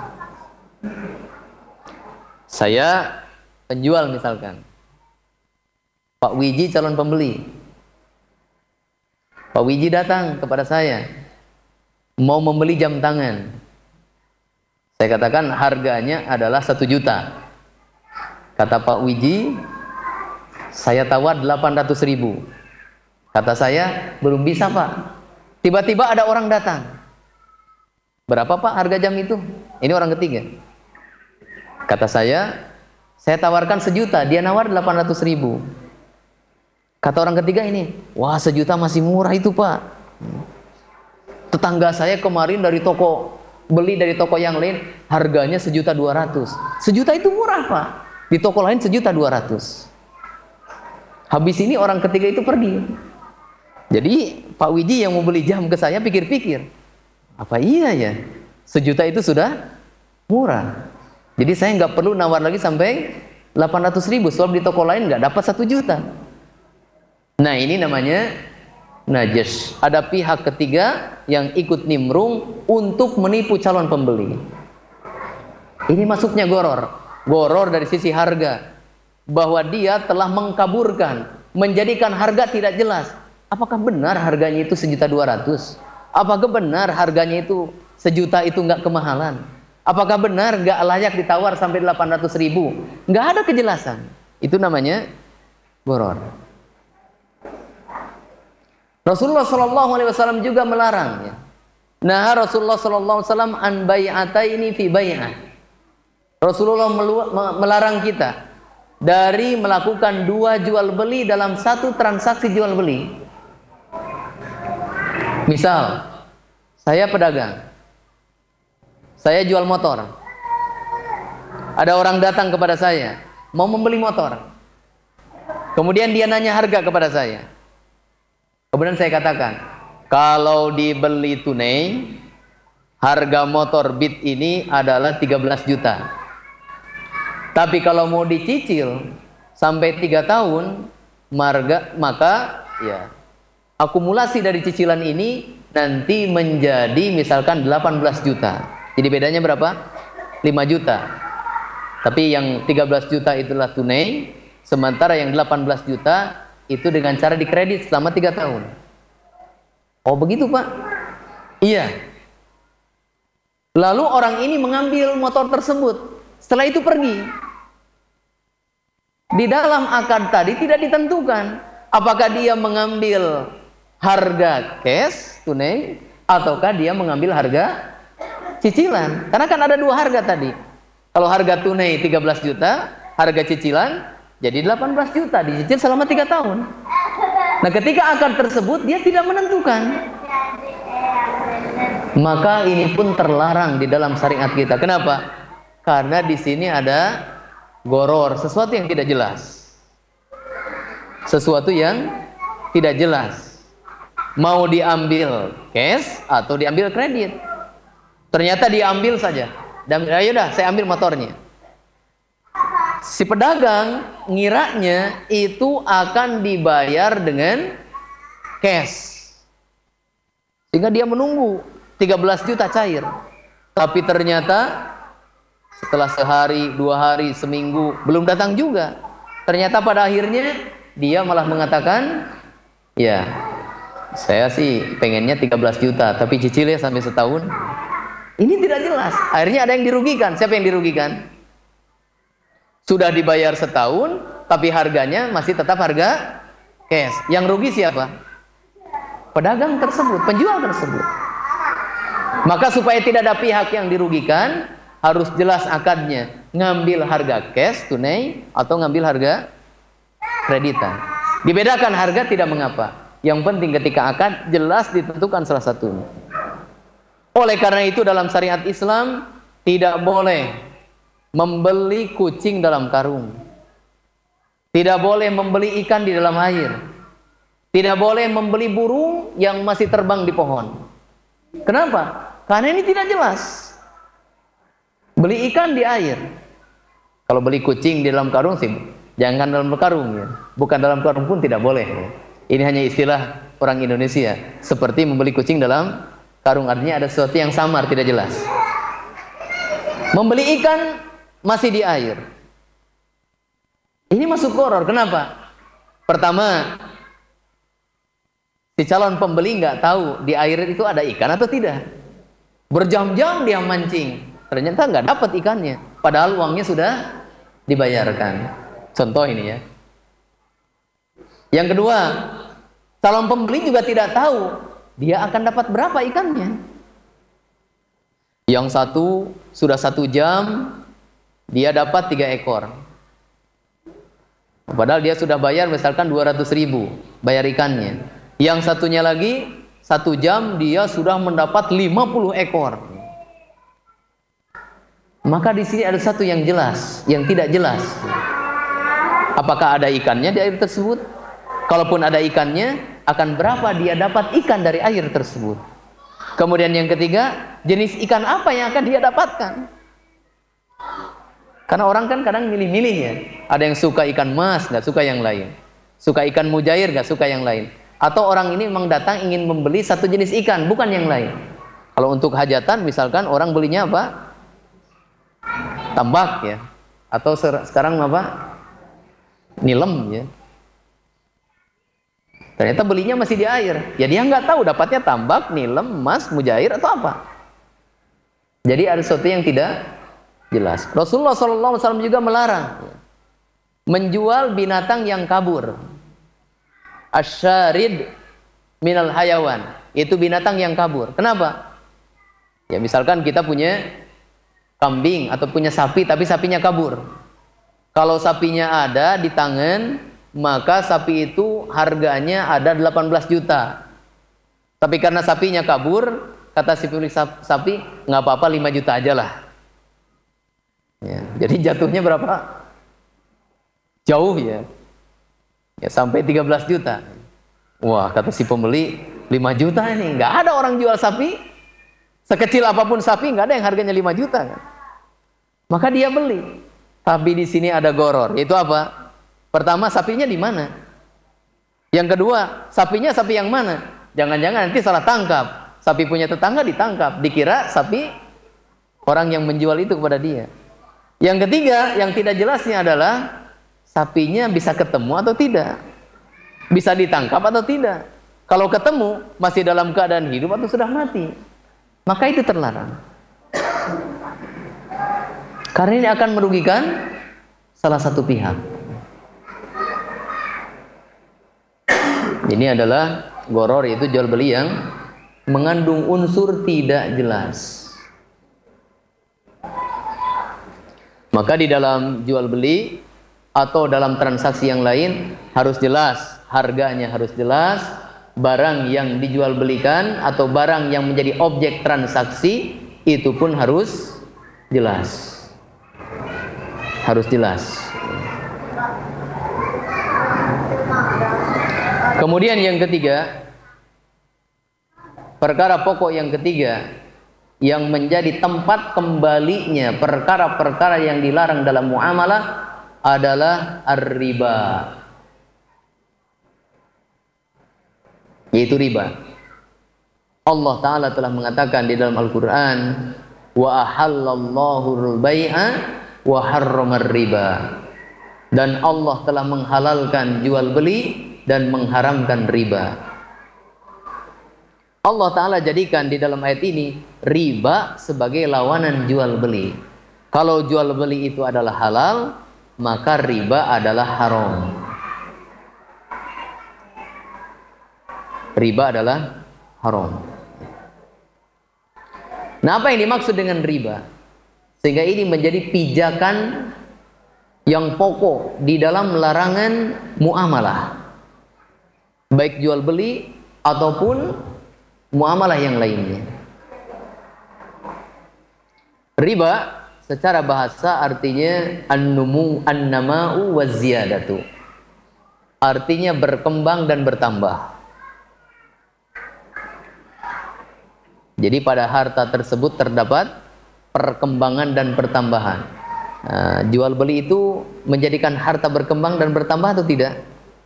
Saya penjual misalkan, Pak Wiji calon pembeli. Pak Wiji datang kepada saya, mau membeli jam tangan. Saya katakan harganya adalah 1 juta. Kata Pak Wiji, saya tawar 800.000. Kata saya, belum bisa Pak. Tiba-tiba ada orang datang. Berapa Pak harga jam itu? Ini orang ketiga. Kata saya tawarkan 1 juta. Dia nawar 800.000. Kata orang ketiga ini, wah 1 juta masih murah itu Pak. Tetangga saya kemarin beli dari toko yang lain, harganya 1.200.000. 1 juta itu murah Pak. Di toko lain 1.200.000. Habis ini orang ketiga itu pergi. Jadi Pak Wiji yang mau beli jam ke saya pikir-pikir, apa iya ya 1 juta itu sudah murah. Jadi saya nggak perlu nawar lagi sampai 800.000, sebab di toko lain nggak dapat 1 juta. Nah, ini namanya najas. Ada pihak ketiga yang ikut nimrung untuk menipu calon pembeli. Ini masuknya goror. Goror dari sisi harga, bahwa dia telah mengkaburkan, menjadikan harga tidak jelas. Apakah benar harganya itu 1.200.000? Apakah benar harganya itu 1 juta itu nggak kemahalan? Apakah benar nggak layak ditawar sampai 800.000? Nggak ada kejelasan. Itu namanya goror. Rasulullah SAW juga melarang. Ya. Nah, Rasulullah SAW an bai'ataini fi bai'ah. Rasulullah melarang kita dari melakukan 2 jual beli dalam 1 transaksi jual beli. Misal, saya pedagang, saya jual motor. Ada orang datang kepada saya, mau membeli motor. Kemudian dia nanya harga kepada saya. Kemudian saya katakan, kalau dibeli tunai, harga motor Beat ini adalah 13 juta. Tapi kalau mau dicicil sampai 3 tahun, maka ya akumulasi dari cicilan ini nanti menjadi misalkan 18 juta. Jadi bedanya berapa? 5 juta. Tapi yang 13 juta itulah tunai, sementara yang 18 juta itu dengan cara dikredit selama 3 tahun. Oh begitu Pak? Iya. Lalu orang ini mengambil motor tersebut. Setelah itu pergi. Di dalam akad tadi tidak ditentukan apakah dia mengambil harga cash tunai ataukah dia mengambil harga cicilan. Karena kan ada 2 harga tadi. Kalau harga tunai 13 juta, harga cicilan jadi 18 juta, dicicil selama 3 tahun. Nah, ketika akad tersebut dia tidak menentukan, maka ini pun terlarang di dalam syariat kita. Kenapa? Karena di sini ada goror, sesuatu yang tidak jelas. Sesuatu yang tidak jelas. Mau diambil cash atau diambil kredit. Ternyata diambil saja. Dan ayo dah, saya ambil motornya. Si pedagang ngiranya itu akan dibayar dengan cash. Sehingga dia menunggu 13 juta cair. Tapi ternyata setelah sehari, 2 hari, seminggu belum datang juga. Ternyata pada akhirnya dia malah mengatakan, ya saya sih pengennya 13 juta tapi cicilnya sampai setahun. Ini tidak jelas. Akhirnya ada yang dirugikan. Siapa yang dirugikan? Sudah dibayar setahun tapi harganya masih tetap harga cash. Yang rugi siapa? Pedagang tersebut, penjual tersebut. Maka supaya tidak ada pihak yang dirugikan, harus jelas akadnya. Ngambil harga cash tunai atau ngambil harga kreditan. Dibedakan harga tidak mengapa. Yang penting ketika akad jelas ditentukan salah satunya. Oleh karena itu dalam syariat Islam tidak boleh membeli kucing dalam karung. Tidak boleh membeli ikan di dalam air. Tidak boleh membeli burung yang masih terbang di pohon. Kenapa? Karena ini tidak jelas. Beli ikan di air. Kalau beli kucing di dalam karung sih jangan dalam karung ya. Bukan dalam karung pun tidak boleh ya. Ini hanya istilah orang Indonesia. Seperti membeli kucing dalam karung, artinya ada sesuatu yang samar, tidak jelas. Membeli ikan masih di air. Ini masuk gharar. Kenapa? Pertama, si calon pembeli nggak tahu di air itu ada ikan atau tidak. Berjam-jam dia mancing, ternyata nggak dapat ikannya. Padahal uangnya sudah dibayarkan. Contoh ini ya. Yang kedua, calon pembeli juga tidak tahu dia akan dapat berapa ikannya. Yang satu sudah 1 jam dia dapat 3 ekor. Padahal dia sudah bayar misalkan 200.000 bayar ikannya. Yang satunya lagi 1 jam dia sudah mendapat 50 ekor. Maka di sini ada satu yang jelas, yang tidak jelas. Apakah ada ikannya di air tersebut? Kalaupun ada ikannya, akan berapa dia dapat ikan dari air tersebut? Kemudian yang ketiga, jenis ikan apa yang akan dia dapatkan? Karena orang kan kadang milih-milih ya. Ada yang suka ikan mas, nggak suka yang lain. Suka ikan mujair, nggak suka yang lain. Atau orang ini memang datang ingin membeli satu jenis ikan, bukan yang lain. Kalau untuk hajatan, misalkan orang belinya apa? Tambak ya. Atau sekarang apa? Nilem ya. Ternyata belinya masih di air. Ya dia nggak tahu dapatnya tambak, nilem, emas, mujair atau apa. Jadi ada sesuatu yang tidak jelas. Rasulullah SAW juga melarang menjual binatang yang kabur. Asyarid minal hayawan. Itu binatang yang kabur. Kenapa? Ya misalkan kita punya kambing atau punya sapi tapi sapinya kabur. Kalau sapinya ada di tangan, maka sapi itu harganya ada 18 juta. Tapi karena sapinya kabur, kata si pemilik sapi, nggak apa-apa 5 juta aja lah. Ya, jadi jatuhnya berapa? Jauh ya. Ya sampai 13 juta. Wah, kata si pembeli, 5 juta ini. Nggak ada orang jual sapi. Sekecil apapun sapi, nggak ada yang harganya 5 juta kan. Maka dia beli. Tapi di sini ada gharar. Itu apa? Pertama, sapinya di mana? Yang kedua, sapinya sapi yang mana? Jangan-jangan nanti salah tangkap. Sapi punya tetangga ditangkap, dikira sapi orang yang menjual itu kepada dia. Yang ketiga, yang tidak jelasnya adalah sapinya bisa ketemu atau tidak? Bisa ditangkap atau tidak? Kalau ketemu, masih dalam keadaan hidup atau sudah mati? Maka itu terlarang. Karena ini akan merugikan salah satu pihak. Ini adalah gharar, yaitu jual beli yang mengandung unsur tidak jelas. Maka di dalam jual beli atau dalam transaksi yang lain harus jelas, harganya harus jelas, barang yang dijual belikan atau barang yang menjadi objek transaksi itu pun harus jelas. Harus jelas. Kemudian yang ketiga, perkara pokok yang ketiga yang menjadi tempat kembalinya perkara-perkara yang dilarang dalam muamalah adalah ar-riba, yaitu riba. Allah Ta'ala telah mengatakan di dalam Al-Quran, wa ahallallahu al-bai'a wa harramar riba, dan Allah telah menghalalkan jual beli dan mengharamkan riba. Allah Ta'ala jadikan di dalam ayat ini riba sebagai lawanan jual beli. Kalau jual beli itu adalah halal, maka riba adalah haram. Riba adalah haram. Nah, apa yang dimaksud dengan riba? Sehingga ini menjadi pijakan yang pokok di dalam larangan muamalah, baik jual beli ataupun muamalah yang lainnya. Riba secara bahasa artinya an-nama'u wa ziyadatu. Artinya berkembang dan bertambah. Jadi pada harta tersebut terdapat perkembangan dan pertambahan. Jual beli itu menjadikan harta berkembang dan bertambah atau tidak?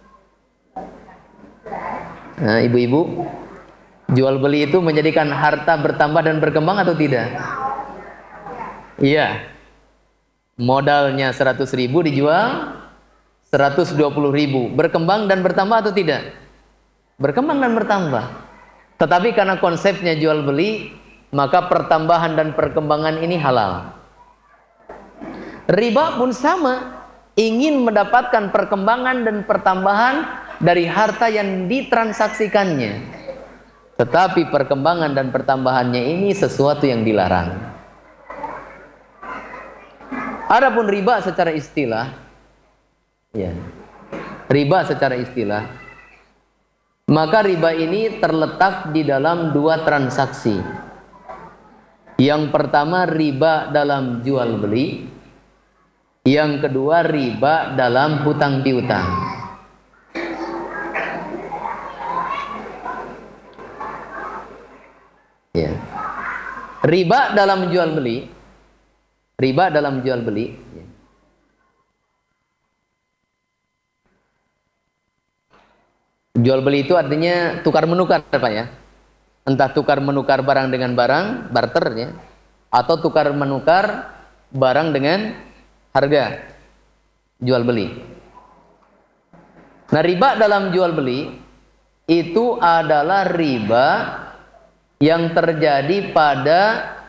Ibu-ibu, jual beli itu menjadikan harta bertambah dan berkembang atau tidak? Iya. Modalnya 100.000 dijual 120.000. Berkembang dan bertambah atau tidak? Berkembang dan bertambah. Tetapi karena konsepnya jual beli, maka pertambahan dan perkembangan ini halal. Riba pun sama, ingin mendapatkan perkembangan dan pertambahan dari harta yang ditransaksikannya. Tetapi perkembangan dan pertambahannya ini sesuatu yang dilarang. Adapun riba secara istilah, ya, riba secara istilah, maka riba ini terletak di dalam dua transaksi. Yang pertama riba dalam jual beli, yang kedua riba dalam hutang piutang. Ya. Riba dalam jual beli, riba dalam jual beli, ya. Jual beli itu artinya tukar menukar, Pak ya. Entah tukar menukar barang dengan barang, barter ya, atau tukar menukar barang dengan harga, jual beli. Nah, riba dalam jual beli itu adalah riba yang terjadi pada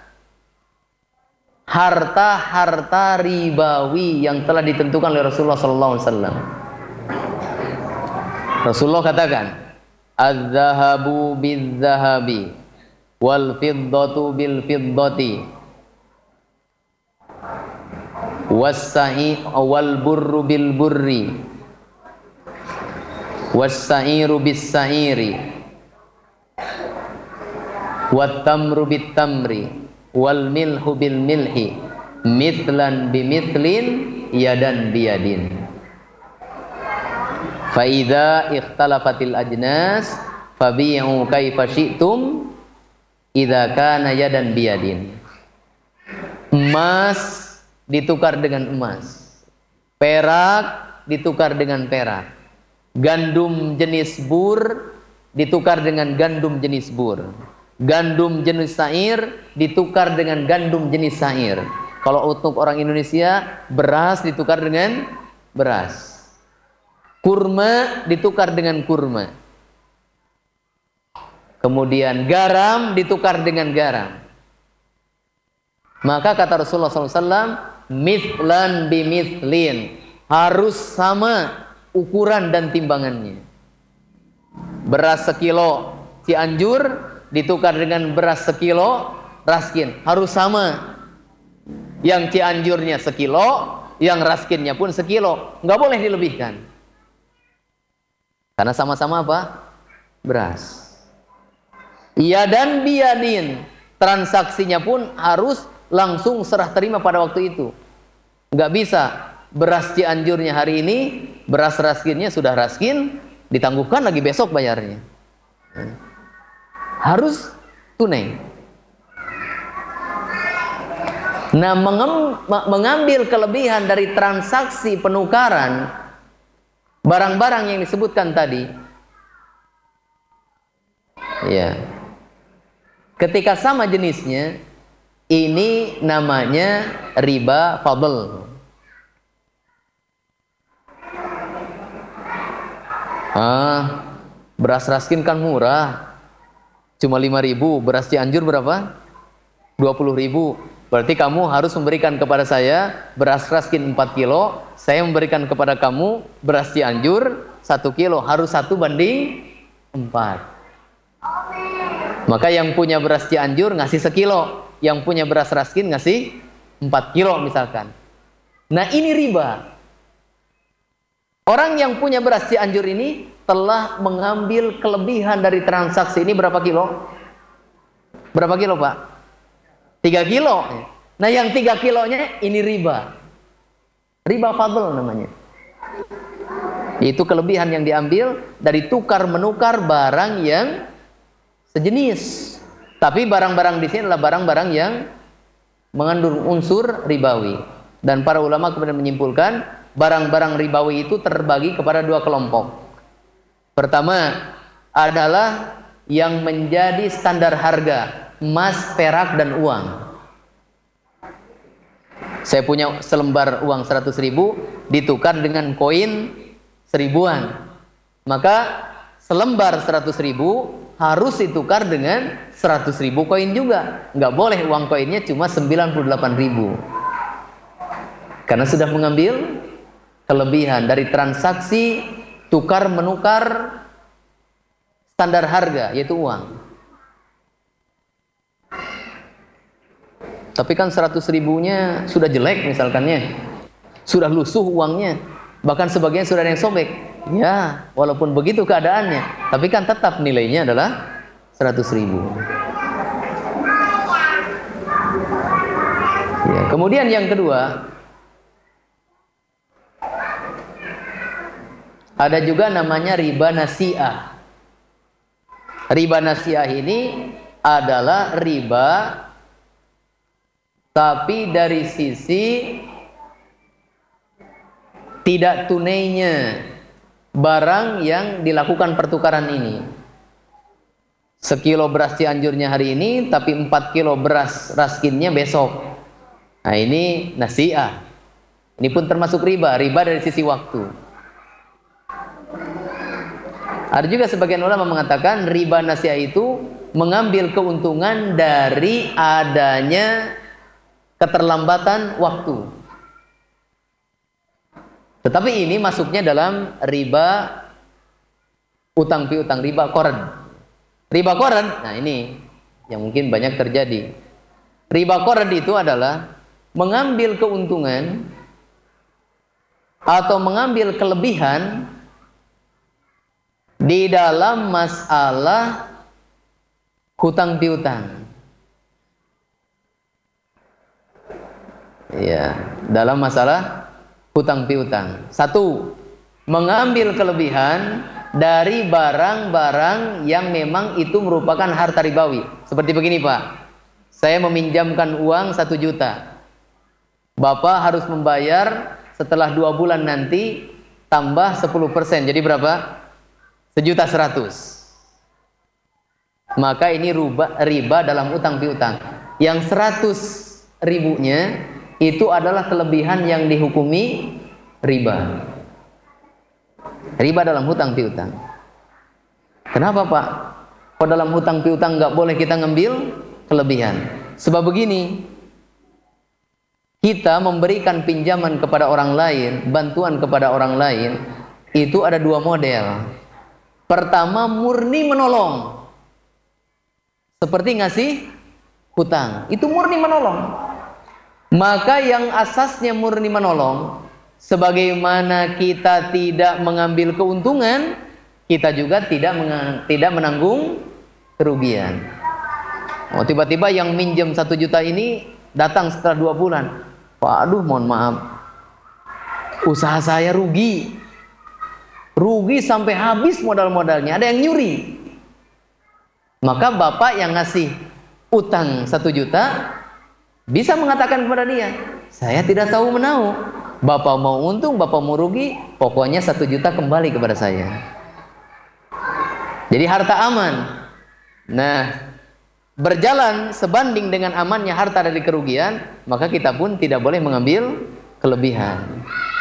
harta-harta ribawi yang telah ditentukan oleh Rasulullah SAW. Rasulullah katakan, az-zahabu bil-zahabi wal fiddatu bil fiddati was-sa'i wal burru bil burri was-sa'iru bis sa'iri wat tamru bit tamri wal milhu bil milhi mithlan bi mithlin yadan biyadin. Fa idza ikhtalafatil ajnas fabi'u kaifa syi'tum idza kana yadan biyadin. Emas ditukar dengan emas, perak ditukar dengan perak, gandum jenis bur ditukar dengan gandum jenis bur, gandum jenis sair ditukar dengan gandum jenis sair. Kalau untuk orang Indonesia, beras ditukar dengan beras, kurma ditukar dengan kurma, kemudian garam ditukar dengan garam. Maka kata Rasulullah SAW, mithlan bimithlin, harus sama ukuran dan timbangannya. Beras sekilo Cianjur ditukar dengan beras sekilo Raskin, harus sama. Yang Cianjurnya sekilo, yang Raskinnya pun sekilo, nggak boleh dilebihkan. Karena sama-sama apa? Beras. Iya dan biyadin, transaksinya pun harus langsung serah terima pada waktu itu. Nggak bisa beras Cianjurnya hari ini, beras Raskinnya sudah Raskin, ditangguhkan lagi besok bayarnya. Harus tunai. Nah, mengambil kelebihan dari transaksi penukaran barang-barang yang disebutkan tadi, ya, ketika sama jenisnya, ini namanya riba fadl. Beras Raskin kan murah, cuma 5.000. Beras Cianjur berapa? 20.000. Berarti kamu harus memberikan kepada saya beras Raskin 4 kilo, saya memberikan kepada kamu beras Cianjur 1 kilo, harus 1:4. Maka yang punya beras Cianjur ngasih sekilo, yang punya beras Raskin ngasih 4 kilo misalkan. Nah, ini riba. Orang yang punya beras Cianjur ini telah mengambil kelebihan dari transaksi ini berapa kilo? Berapa kilo, Pak? 3 kilo. Nah, yang 3 kilonya ini riba. Riba fadl namanya. Itu kelebihan yang diambil dari tukar menukar barang yang sejenis. Tapi barang-barang di sini adalah barang-barang yang mengandung unsur ribawi. Dan para ulama kemudian menyimpulkan barang-barang ribawi itu terbagi kepada 2 kelompok. Pertama adalah yang menjadi standar harga, emas, perak, dan uang. Saya punya selembar uang 100.000 ditukar dengan koin 1000-an. Maka selembar 100.000 harus ditukar dengan 100.000 koin juga. Nggak boleh uang koinnya cuma 98.000. Karena sudah mengambil kelebihan dari transaksi tukar menukar standar harga, yaitu uang. Tapi kan 100.000-nya sudah jelek misalkannya, sudah lusuh uangnya, bahkan sebagian sudah ada yang sobek. Ya, walaupun begitu keadaannya, tapi kan tetap nilainya adalah 100.000. Ya, kemudian yang kedua, ada juga namanya riba nasi'ah. Riba nasi'ah ini adalah riba tapi dari sisi tidak tunainya barang yang dilakukan pertukaran ini. Sekilo beras Cianjurnya hari ini, tapi 4 kilo beras raskinnya besok. Nah, ini nasi'ah. Ini pun termasuk riba, riba dari sisi waktu. Ada juga sebagian ulama mengatakan riba nasi'ah itu mengambil keuntungan dari adanya keterlambatan waktu. Tetapi ini masuknya dalam riba utang piutang, riba qard. Riba qard, nah ini yang mungkin banyak terjadi. Riba qard itu adalah mengambil keuntungan atau mengambil kelebihan di dalam masalah hutang piutang. Ya, dalam masalah hutang piutang. Satu, mengambil kelebihan dari barang-barang yang memang itu merupakan harta ribawi. Seperti begini, Pak. Saya meminjamkan uang 1 juta. Bapak harus membayar setelah 2 bulan nanti tambah 10%. Jadi berapa? 1.100.000. Maka ini riba dalam utang piutang. Yang 100.000-nya itu adalah kelebihan yang dihukumi riba. Riba dalam hutang piutang. Kenapa, Pak? Kok dalam hutang piutang nggak boleh kita ngambil kelebihan? Sebab begini, kita memberikan pinjaman kepada orang lain, bantuan kepada orang lain, itu ada 2 model. Pertama, murni menolong. Seperti ngasih hutang, itu murni menolong. Maka yang asasnya murni menolong, sebagaimana kita tidak mengambil keuntungan, kita juga tidak menanggung kerugian. Oh, tiba-tiba yang minjem 1 juta ini datang setelah 2 bulan. Waduh, mohon maaf, usaha saya rugi sampai habis modal-modalnya, ada yang nyuri. Maka bapak yang ngasih utang 1 juta bisa mengatakan kepada dia, saya tidak tahu menahu, bapak mau untung, bapak mau rugi, pokoknya 1 juta kembali kepada saya. Jadi harta aman. Nah, berjalan sebanding dengan amannya harta dari kerugian, maka kita pun tidak boleh mengambil kelebihan.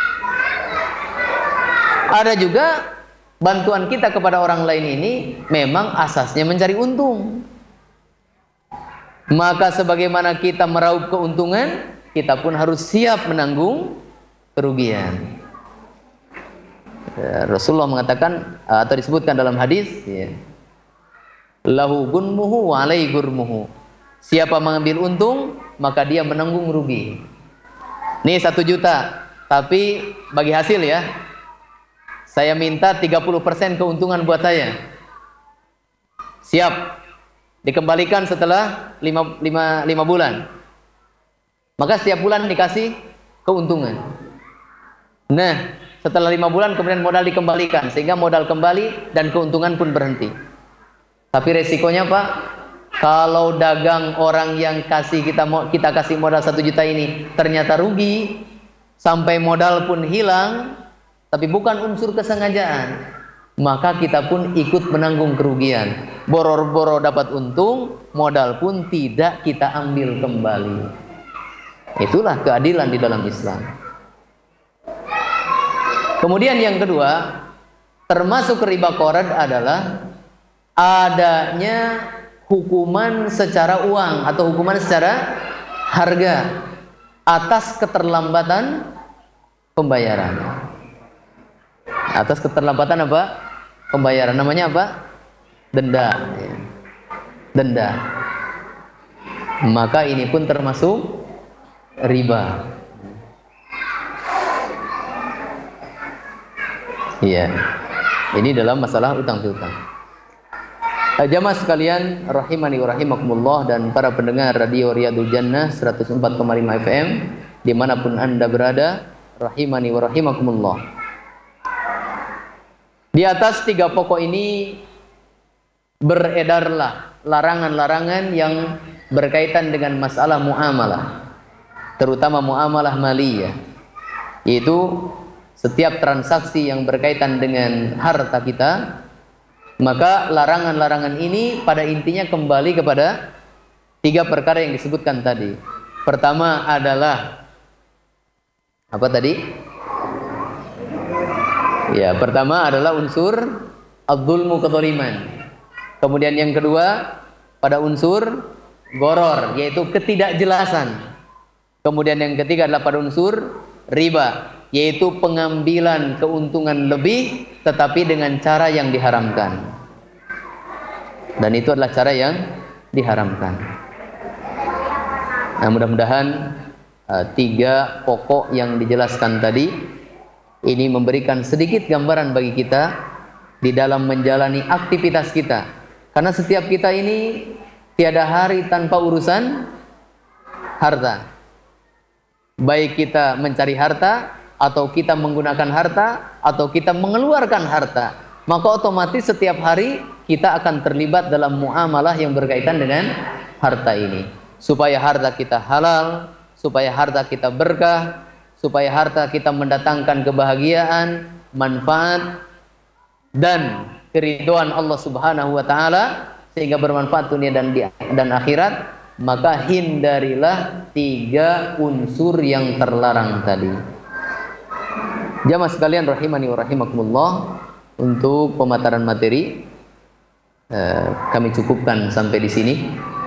Ada juga bantuan kita kepada orang lain ini memang asasnya mencari untung. Maka sebagaimana kita meraup keuntungan, kita pun harus siap menanggung kerugian. Rasulullah mengatakan atau disebutkan dalam hadis, ya, lahu gunmuhu wa alai gurmuhu. Siapa mengambil untung, maka dia menanggung rugi. Nih 1 juta, tapi bagi hasil ya, saya minta 30% keuntungan buat saya. Siap, dikembalikan setelah 5 bulan. Maka setiap bulan dikasih keuntungan. Nah, setelah 5 bulan kemudian modal dikembalikan, sehingga modal kembali dan keuntungan pun berhenti. Tapi resikonya Pak, kalau dagang orang yang kita kasih modal 1 juta ini ternyata rugi, sampai modal pun hilang, tapi bukan unsur kesengajaan, maka kita pun ikut menanggung kerugian. Boro-boro dapat untung, modal pun tidak kita ambil kembali. Itulah keadilan di dalam Islam. Kemudian yang kedua, termasuk riba qarad adalah adanya hukuman secara uang atau hukuman secara harga atas keterlambatan pembayaran. Atas keterlambatan apa? Pembayaran. Namanya apa? Denda. Denda. Maka ini pun termasuk riba. Iya. Ini dalam masalah utang piutang. Jamaah sekalian rahimani wa rahimakumullah dan para pendengar Radio Riyadul Jannah 104,5 FM dimanapun Anda berada, rahimani wa rahimakumullah. Di atas 3 pokok ini beredarlah larangan-larangan yang berkaitan dengan masalah muamalah, terutama muamalah maliyah, yaitu setiap transaksi yang berkaitan dengan harta kita. Maka larangan-larangan ini pada intinya kembali kepada 3 perkara yang disebutkan tadi. Pertama adalah apa tadi? Ya, pertama adalah unsur adzulmu, kezaliman. Kemudian yang kedua pada unsur goror, yaitu ketidakjelasan. Kemudian yang ketiga adalah pada unsur riba, yaitu pengambilan keuntungan lebih tetapi dengan cara yang diharamkan. Dan itu adalah cara yang diharamkan. Nah, mudah-mudahan 3 pokok yang dijelaskan tadi ini memberikan sedikit gambaran bagi kita di dalam menjalani aktivitas kita. Karena setiap kita ini tiada hari tanpa urusan harta. Baik kita mencari harta, atau kita menggunakan harta, atau kita mengeluarkan harta, maka otomatis setiap hari kita akan terlibat dalam muamalah yang berkaitan dengan harta ini. Supaya harta kita halal, supaya harta kita berkah, supaya harta kita mendatangkan kebahagiaan, manfaat, dan keridhaan Allah Subhanahu wa taala sehingga bermanfaat dunia dan akhirat, maka hindarilah 3 unsur yang terlarang tadi. Jamaah sekalian rahimani wa rahimakumullah, untuk pemaparan materi kami cukupkan sampai di sini.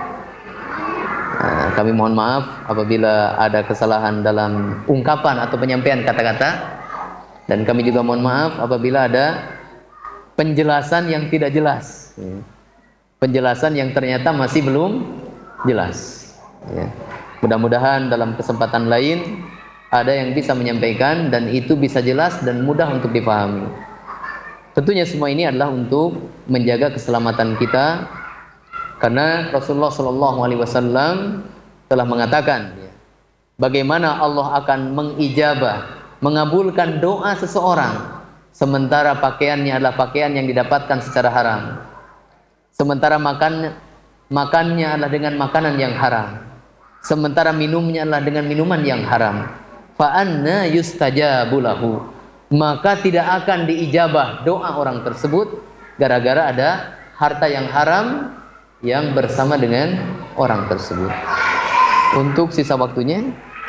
Kami mohon maaf apabila ada kesalahan dalam ungkapan atau penyampaian kata-kata, dan kami juga mohon maaf apabila ada penjelasan yang tidak jelas, penjelasan yang ternyata masih belum jelas. Mudah-mudahan dalam kesempatan lain ada yang bisa menyampaikan dan itu bisa jelas dan mudah untuk dipahami. Tentunya semua ini adalah untuk menjaga keselamatan kita, karena Rasulullah SAW telah mengatakan bagaimana Allah akan mengabulkan doa seseorang sementara pakaiannya adalah pakaian yang didapatkan secara haram, sementara makannya adalah dengan makanan yang haram, sementara minumnya adalah dengan minuman yang haram. Fa anna yustajabu lahu, maka tidak akan diijabah doa orang tersebut gara-gara ada harta yang haram yang bersama dengan orang tersebut. Untuk sisa waktunya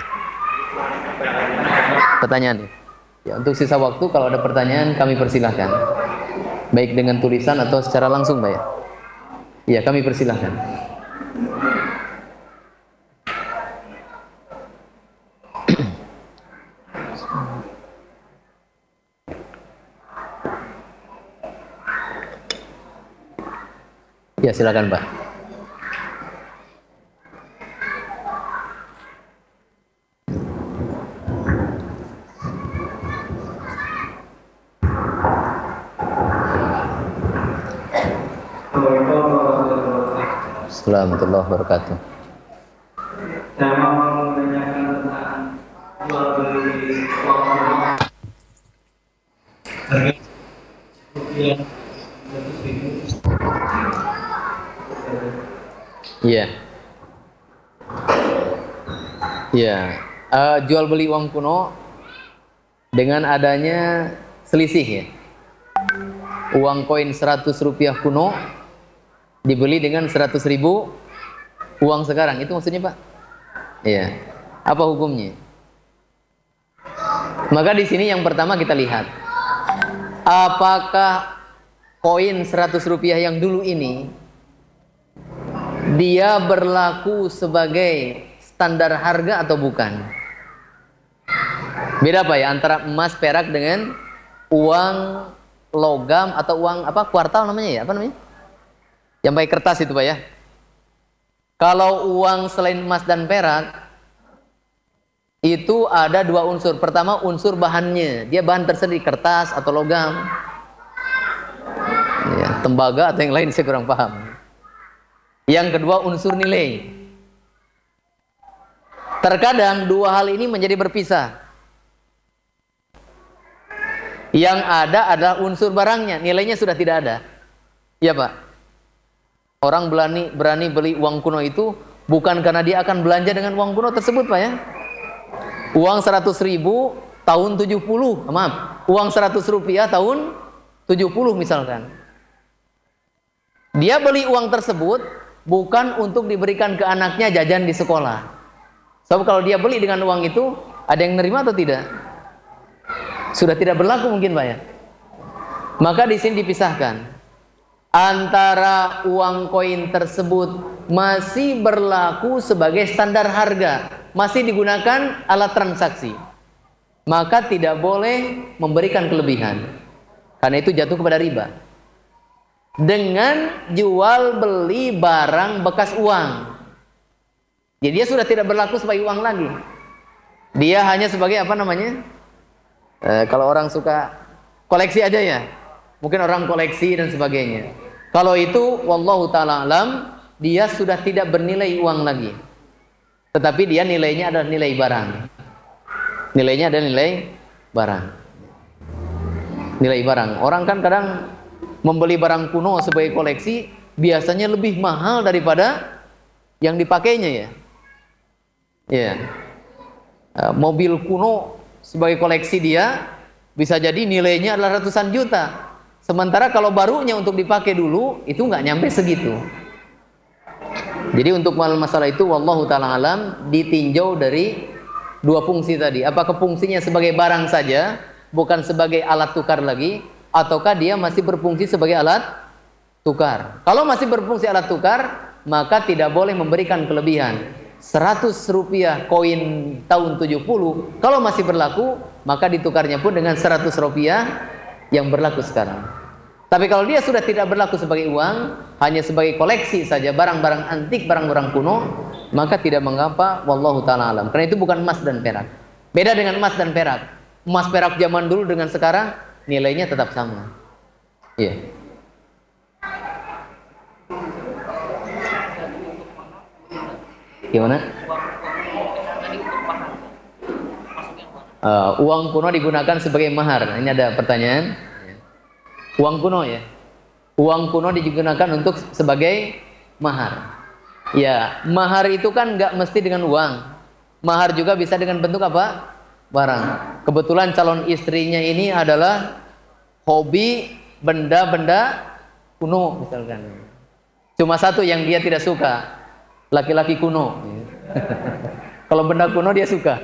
pertanyaan ya, untuk sisa waktu kalau ada pertanyaan kami persilahkan, baik dengan tulisan atau secara langsung, Mbak ya. Ya, kami persilahkan. Ya, silakan, Pak. Waalaikumsalam warahmatullahi wabarakatuh. Saya mau menanyakan tentang jual beli uang harga rupiah 100.000. Iya. Iya. Jual beli uang kuno dengan adanya selisih ya. Uang koin 100 rupiah kuno dibeli dengan 100.000 uang sekarang. Itu maksudnya Pak? Iya. Apa hukumnya? Maka di sini yang pertama kita lihat, apakah koin 100 rupiah yang dulu ini dia berlaku sebagai standar harga atau bukan? Beda Pak ya antara emas perak dengan uang logam atau uang apa kuartal namanya ya? Apa namanya? Yang pakai kertas itu Pak ya. Kalau uang selain emas dan perak itu ada dua unsur. Pertama unsur bahannya, dia bahan tersendiri, kertas atau logam, ya, tembaga atau yang lain saya kurang paham. Yang kedua unsur nilai. Terkadang dua hal ini menjadi berpisah. Yang ada adalah unsur barangnya, nilainya sudah tidak ada. Iya Pak. Orang berani beli uang kuno itu bukan karena dia akan belanja dengan uang kuno tersebut Pak ya. Uang 100.000 tahun 70, maaf, uang 100 rupiah tahun 70 misalkan. Dia beli uang tersebut bukan untuk diberikan ke anaknya jajan di sekolah. Sebab kalau dia beli dengan uang itu, ada yang nerima atau tidak? Sudah tidak berlaku mungkin Pak ya. Maka di sini dipisahkan antara uang koin tersebut masih berlaku sebagai standar harga, masih digunakan alat transaksi, maka tidak boleh memberikan kelebihan, karena itu jatuh kepada riba. Dengan jual beli barang bekas uang, jadi dia sudah tidak berlaku sebagai uang lagi, dia hanya sebagai apa namanya, kalau orang suka koleksi aja ya, mungkin orang koleksi dan sebagainya. Kalau itu wallahu ta'ala alam, dia sudah tidak bernilai uang lagi, tetapi dia nilainya adalah nilai barang. Nilainya adalah nilai barang. Nilai barang. Orang kan kadang membeli barang kuno sebagai koleksi biasanya lebih mahal daripada yang dipakainya ya. Ya. Mobil kuno sebagai koleksi dia bisa jadi nilainya adalah ratusan juta. Sementara kalau barunya untuk dipakai dulu itu nggak nyampe segitu. Jadi untuk masalah itu wallahu ta'ala alam ditinjau dari dua fungsi tadi. Apakah fungsinya sebagai barang saja, bukan sebagai alat tukar lagi, ataukah dia masih berfungsi sebagai alat tukar? Kalau masih berfungsi alat tukar, maka tidak boleh memberikan kelebihan. 100 rupiah koin tahun 70 kalau masih berlaku, maka ditukarnya pun dengan 100 rupiah yang berlaku sekarang. Tapi kalau dia sudah tidak berlaku sebagai uang, hanya sebagai koleksi saja, barang-barang antik, barang-barang kuno, maka tidak mengapa, wallahu ta'ala alam. Karena itu bukan emas dan perak. Beda dengan emas dan perak. Emas perak zaman dulu dengan sekarang nilainya tetap sama. Iya. Gimana? Uang kuno digunakan sebagai mahar. Ini ada pertanyaan. Uang kuno ya. Uang kuno digunakan untuk sebagai mahar. Ya, mahar itu kan nggak mesti dengan uang. Mahar juga bisa dengan bentuk apa? Barang. Kebetulan calon istrinya ini adalah hobi benda-benda kuno misalkan. Cuma satu yang dia tidak suka, laki-laki kuno. Kalau benda kuno dia suka.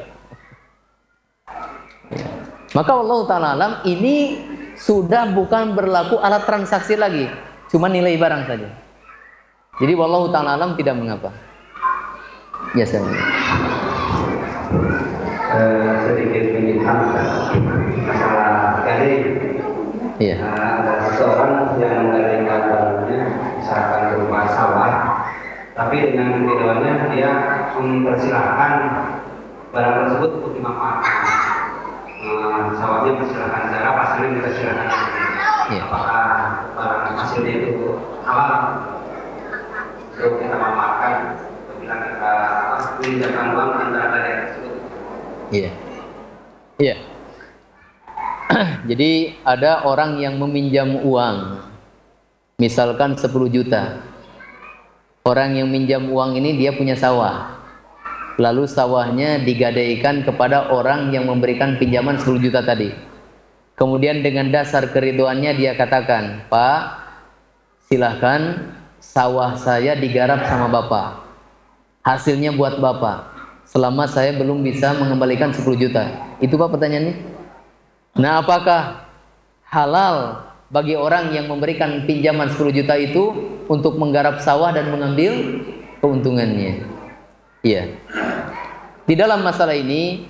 Maka Allah ta'ala alam ini sudah bukan berlaku alat transaksi lagi, cuma nilai barang saja. Jadi wallahu ta'ala alam tidak mengapa. Ya saya. Sedikit menyimpang masalah gading. Iya. Ada seseorang yang menggadaikan barangnya, misalkan berupa sawah, tapi dengan kedoanya dia mempersilahkan barang tersebut untuk dimanfaatkan. Sawahnya persilahkan cara, pasarnya kita silakan. Apakah barang hasilnya itu halal? Sebelum kita memakan, bila kita pinjamkan uang antara gadai tersebut. Iya. Iya. Jadi ada orang yang meminjam uang, misalkan 10 juta. Orang yang minjam uang ini dia punya sawah, lalu sawahnya digadaikan kepada orang yang memberikan pinjaman 10 juta tadi. Kemudian dengan dasar keriduannya dia katakan, "Pak, silahkan sawah saya digarap sama Bapak. Hasilnya buat Bapak, selama saya belum bisa mengembalikan 10 juta. Itu Pak pertanyaannya. Nah, apakah halal bagi orang yang memberikan pinjaman 10 juta itu untuk menggarap sawah dan mengambil keuntungannya? Iya. Di dalam masalah ini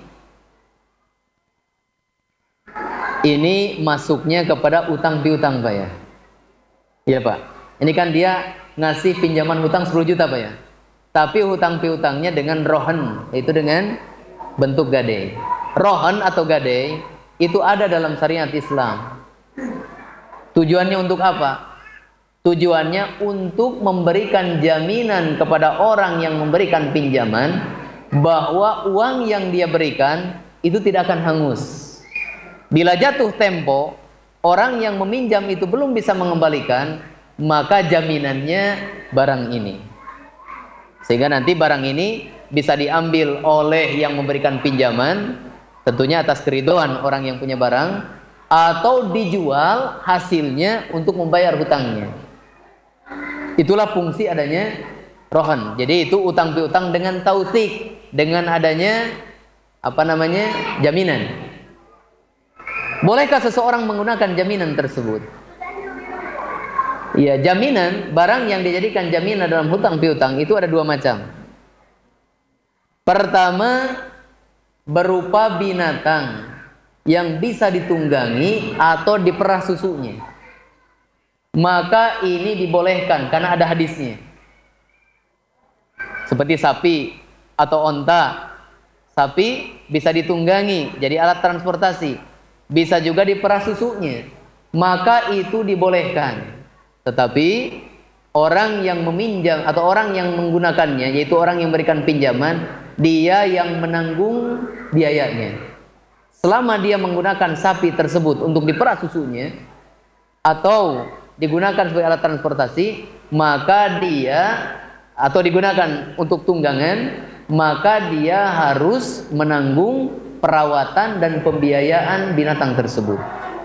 masuknya kepada utang piutang, Pak ya. Iya, Pak. Ini kan dia ngasih pinjaman hutang 10 juta, Pak ya. Tapi hutang piutangnya dengan rohan, yaitu dengan bentuk gadai. Rohan atau gadai itu ada dalam syariat Islam. Tujuannya untuk apa? Tujuannya untuk memberikan jaminan kepada orang yang memberikan pinjaman bahwa uang yang dia berikan itu tidak akan hangus. Bila jatuh tempo, orang yang meminjam itu belum bisa mengembalikan, maka jaminannya barang ini. Sehingga nanti barang ini bisa diambil oleh yang memberikan pinjaman, tentunya atas keridhaan orang yang punya barang, atau dijual hasilnya untuk membayar hutangnya. Itulah fungsi adanya rohan. Jadi itu utang piutang dengan tausik, dengan adanya jaminan. Bolehkah seseorang menggunakan jaminan tersebut? Ya, jaminan, barang yang dijadikan jaminan dalam hutang piutang itu ada dua macam. Pertama, berupa binatang yang bisa ditunggangi atau diperah susunya. Maka ini dibolehkan karena ada hadisnya. Seperti sapi atau onta. Sapi bisa ditunggangi jadi alat transportasi. Bisa juga diperah susunya. Maka itu dibolehkan. Tetapi orang yang meminjam atau orang yang menggunakannya, yaitu orang yang memberikan pinjaman, dia yang menanggung biayanya. Selama dia menggunakan sapi tersebut untuk diperah susunya atau digunakan sebagai alat transportasi, maka dia atau digunakan untuk tunggangan, maka dia harus menanggung perawatan dan pembiayaan binatang tersebut.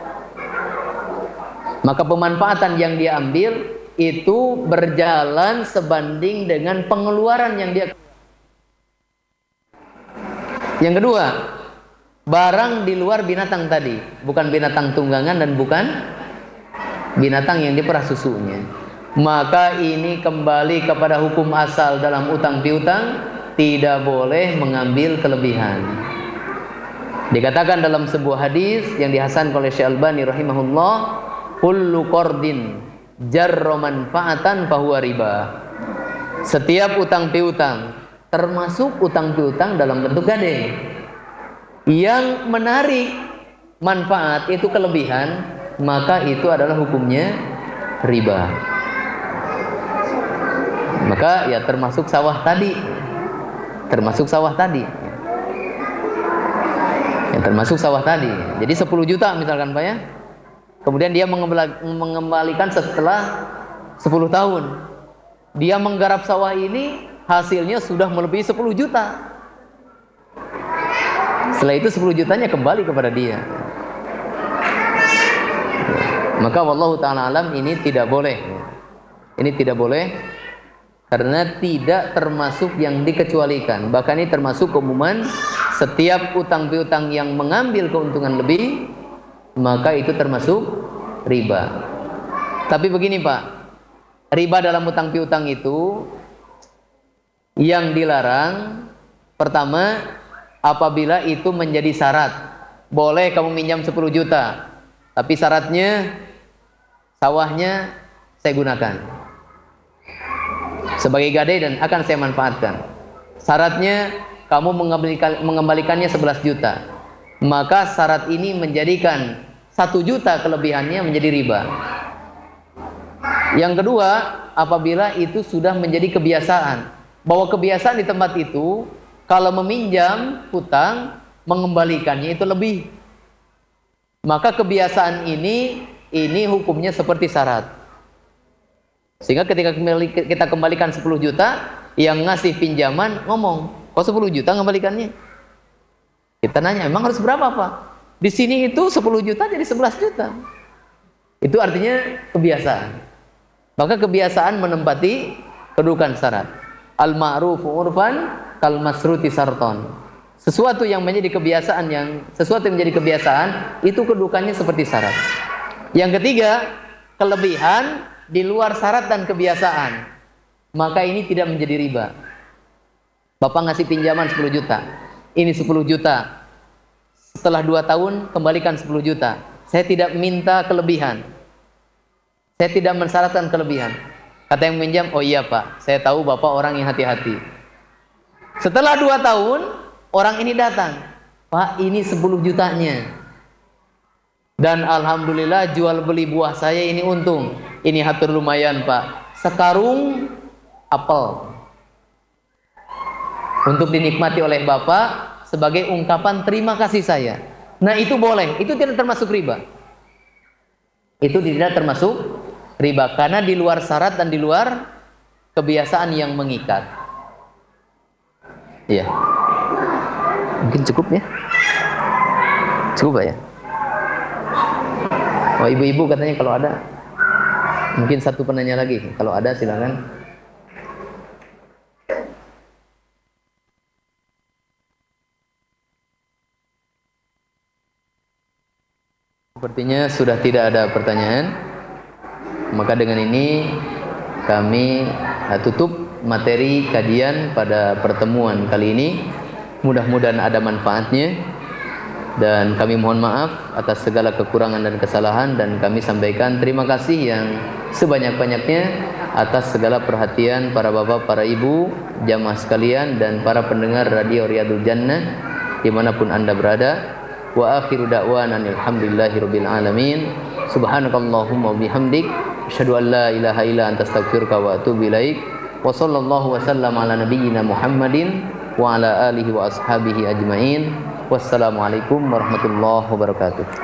Maka pemanfaatan yang dia ambil itu berjalan sebanding dengan pengeluaran yang dia. Yang kedua, barang di luar binatang tadi, bukan binatang tunggangan dan bukan binatang yang diperah susunya, maka ini kembali kepada hukum asal dalam utang piutang, tidak boleh mengambil kelebihan. Dikatakan dalam sebuah hadis yang dihasankan oleh Syekh Albani rahimahullah, kullu qardin jarra manfaatan fahuwa riba. Setiap utang piutang, termasuk utang piutang dalam bentuk gadai, yang menarik manfaat itu kelebihan, maka itu adalah hukumnya riba. Maka ya termasuk sawah tadi. Ya, termasuk sawah tadi. Jadi 10 juta misalkan Pak ya. Kemudian dia mengembalikan setelah 10 tahun. Dia menggarap sawah ini, hasilnya sudah melebihi 10 juta. Setelah itu 10 jutanya kembali kepada dia. Maka wallahu ta'ala alam ini tidak boleh. Ini tidak boleh karena tidak termasuk yang dikecualikan. Bahkan ini termasuk keumuman, setiap utang piutang yang mengambil keuntungan lebih, maka itu termasuk riba. Tapi begini Pak, riba dalam utang piutang itu yang dilarang, pertama, apabila itu menjadi syarat. Boleh kamu minjam 10 juta, tapi syaratnya sawahnya saya gunakan sebagai gadai dan akan saya manfaatkan. Syaratnya kamu mengembalikannya 11 juta. Maka syarat ini menjadikan 1 juta kelebihannya menjadi riba. Yang kedua, apabila itu sudah menjadi kebiasaan. Bahwa kebiasaan di tempat itu, kalau meminjam hutang, mengembalikannya itu lebih. Maka kebiasaan ini hukumnya seperti syarat. Sehingga ketika kita kembalikan 10 juta, yang ngasih pinjaman ngomong, kok 10 juta ngembalikannya? Kita nanya, emang harus berapa Pak? Di sini itu 10 juta jadi 11 juta. Itu artinya kebiasaan. Maka kebiasaan menempati kedudukan syarat. Al-ma'rufu urfan kal masruti sarton. Sesuatu yang menjadi kebiasaan itu kedudukannya seperti syarat. Yang ketiga, kelebihan di luar syarat dan kebiasaan. Maka ini tidak menjadi riba. Bapak ngasih pinjaman 10 juta. Ini 10 juta. Setelah 2 tahun kembalikan 10 juta. Saya tidak minta kelebihan. Saya tidak mensyaratkan kelebihan. Kata yang meminjam, oh iya Pak, saya tahu Bapak orang yang hati-hati. Setelah 2 tahun, orang ini datang, Pak, ini 10 jutanya. Dan alhamdulillah jual beli buah saya ini untung. Ini hatur lumayan Pak. Sekarung apel. Untuk dinikmati oleh Bapak sebagai ungkapan terima kasih saya. Nah itu boleh, itu tidak termasuk riba. Itu tidak termasuk riba karena di luar syarat dan di luar kebiasaan yang mengikat. Iya. Mungkin cukup ya? Cukup Pak ya? Oh ibu-ibu katanya kalau ada. Mungkin satu penanya lagi. Kalau ada silakan. Sepertinya sudah tidak ada pertanyaan. Maka dengan ini kami tutup materi kajian pada pertemuan kali ini. Mudah-mudahan ada manfaatnya. Dan kami mohon maaf atas segala kekurangan dan kesalahan. Dan kami sampaikan terima kasih yang sebanyak-banyaknya atas segala perhatian para bapak, para ibu, jamaah sekalian, dan para pendengar Radio Riyadul Jannah dimanapun anda berada. Wa akhiru da'wana alhamdulillahirabbil alamin. Subhanakallahumma wa bihamdik asyhadu an la ilaha illa anta astaghfiruka wa atubu ilaik. Wa sallallahu wasallam ala nabiyyina Muhammadin wa ala alihi wa ashabihi ajmain. Wassalamualaikum warahmatullahi wabarakatuh.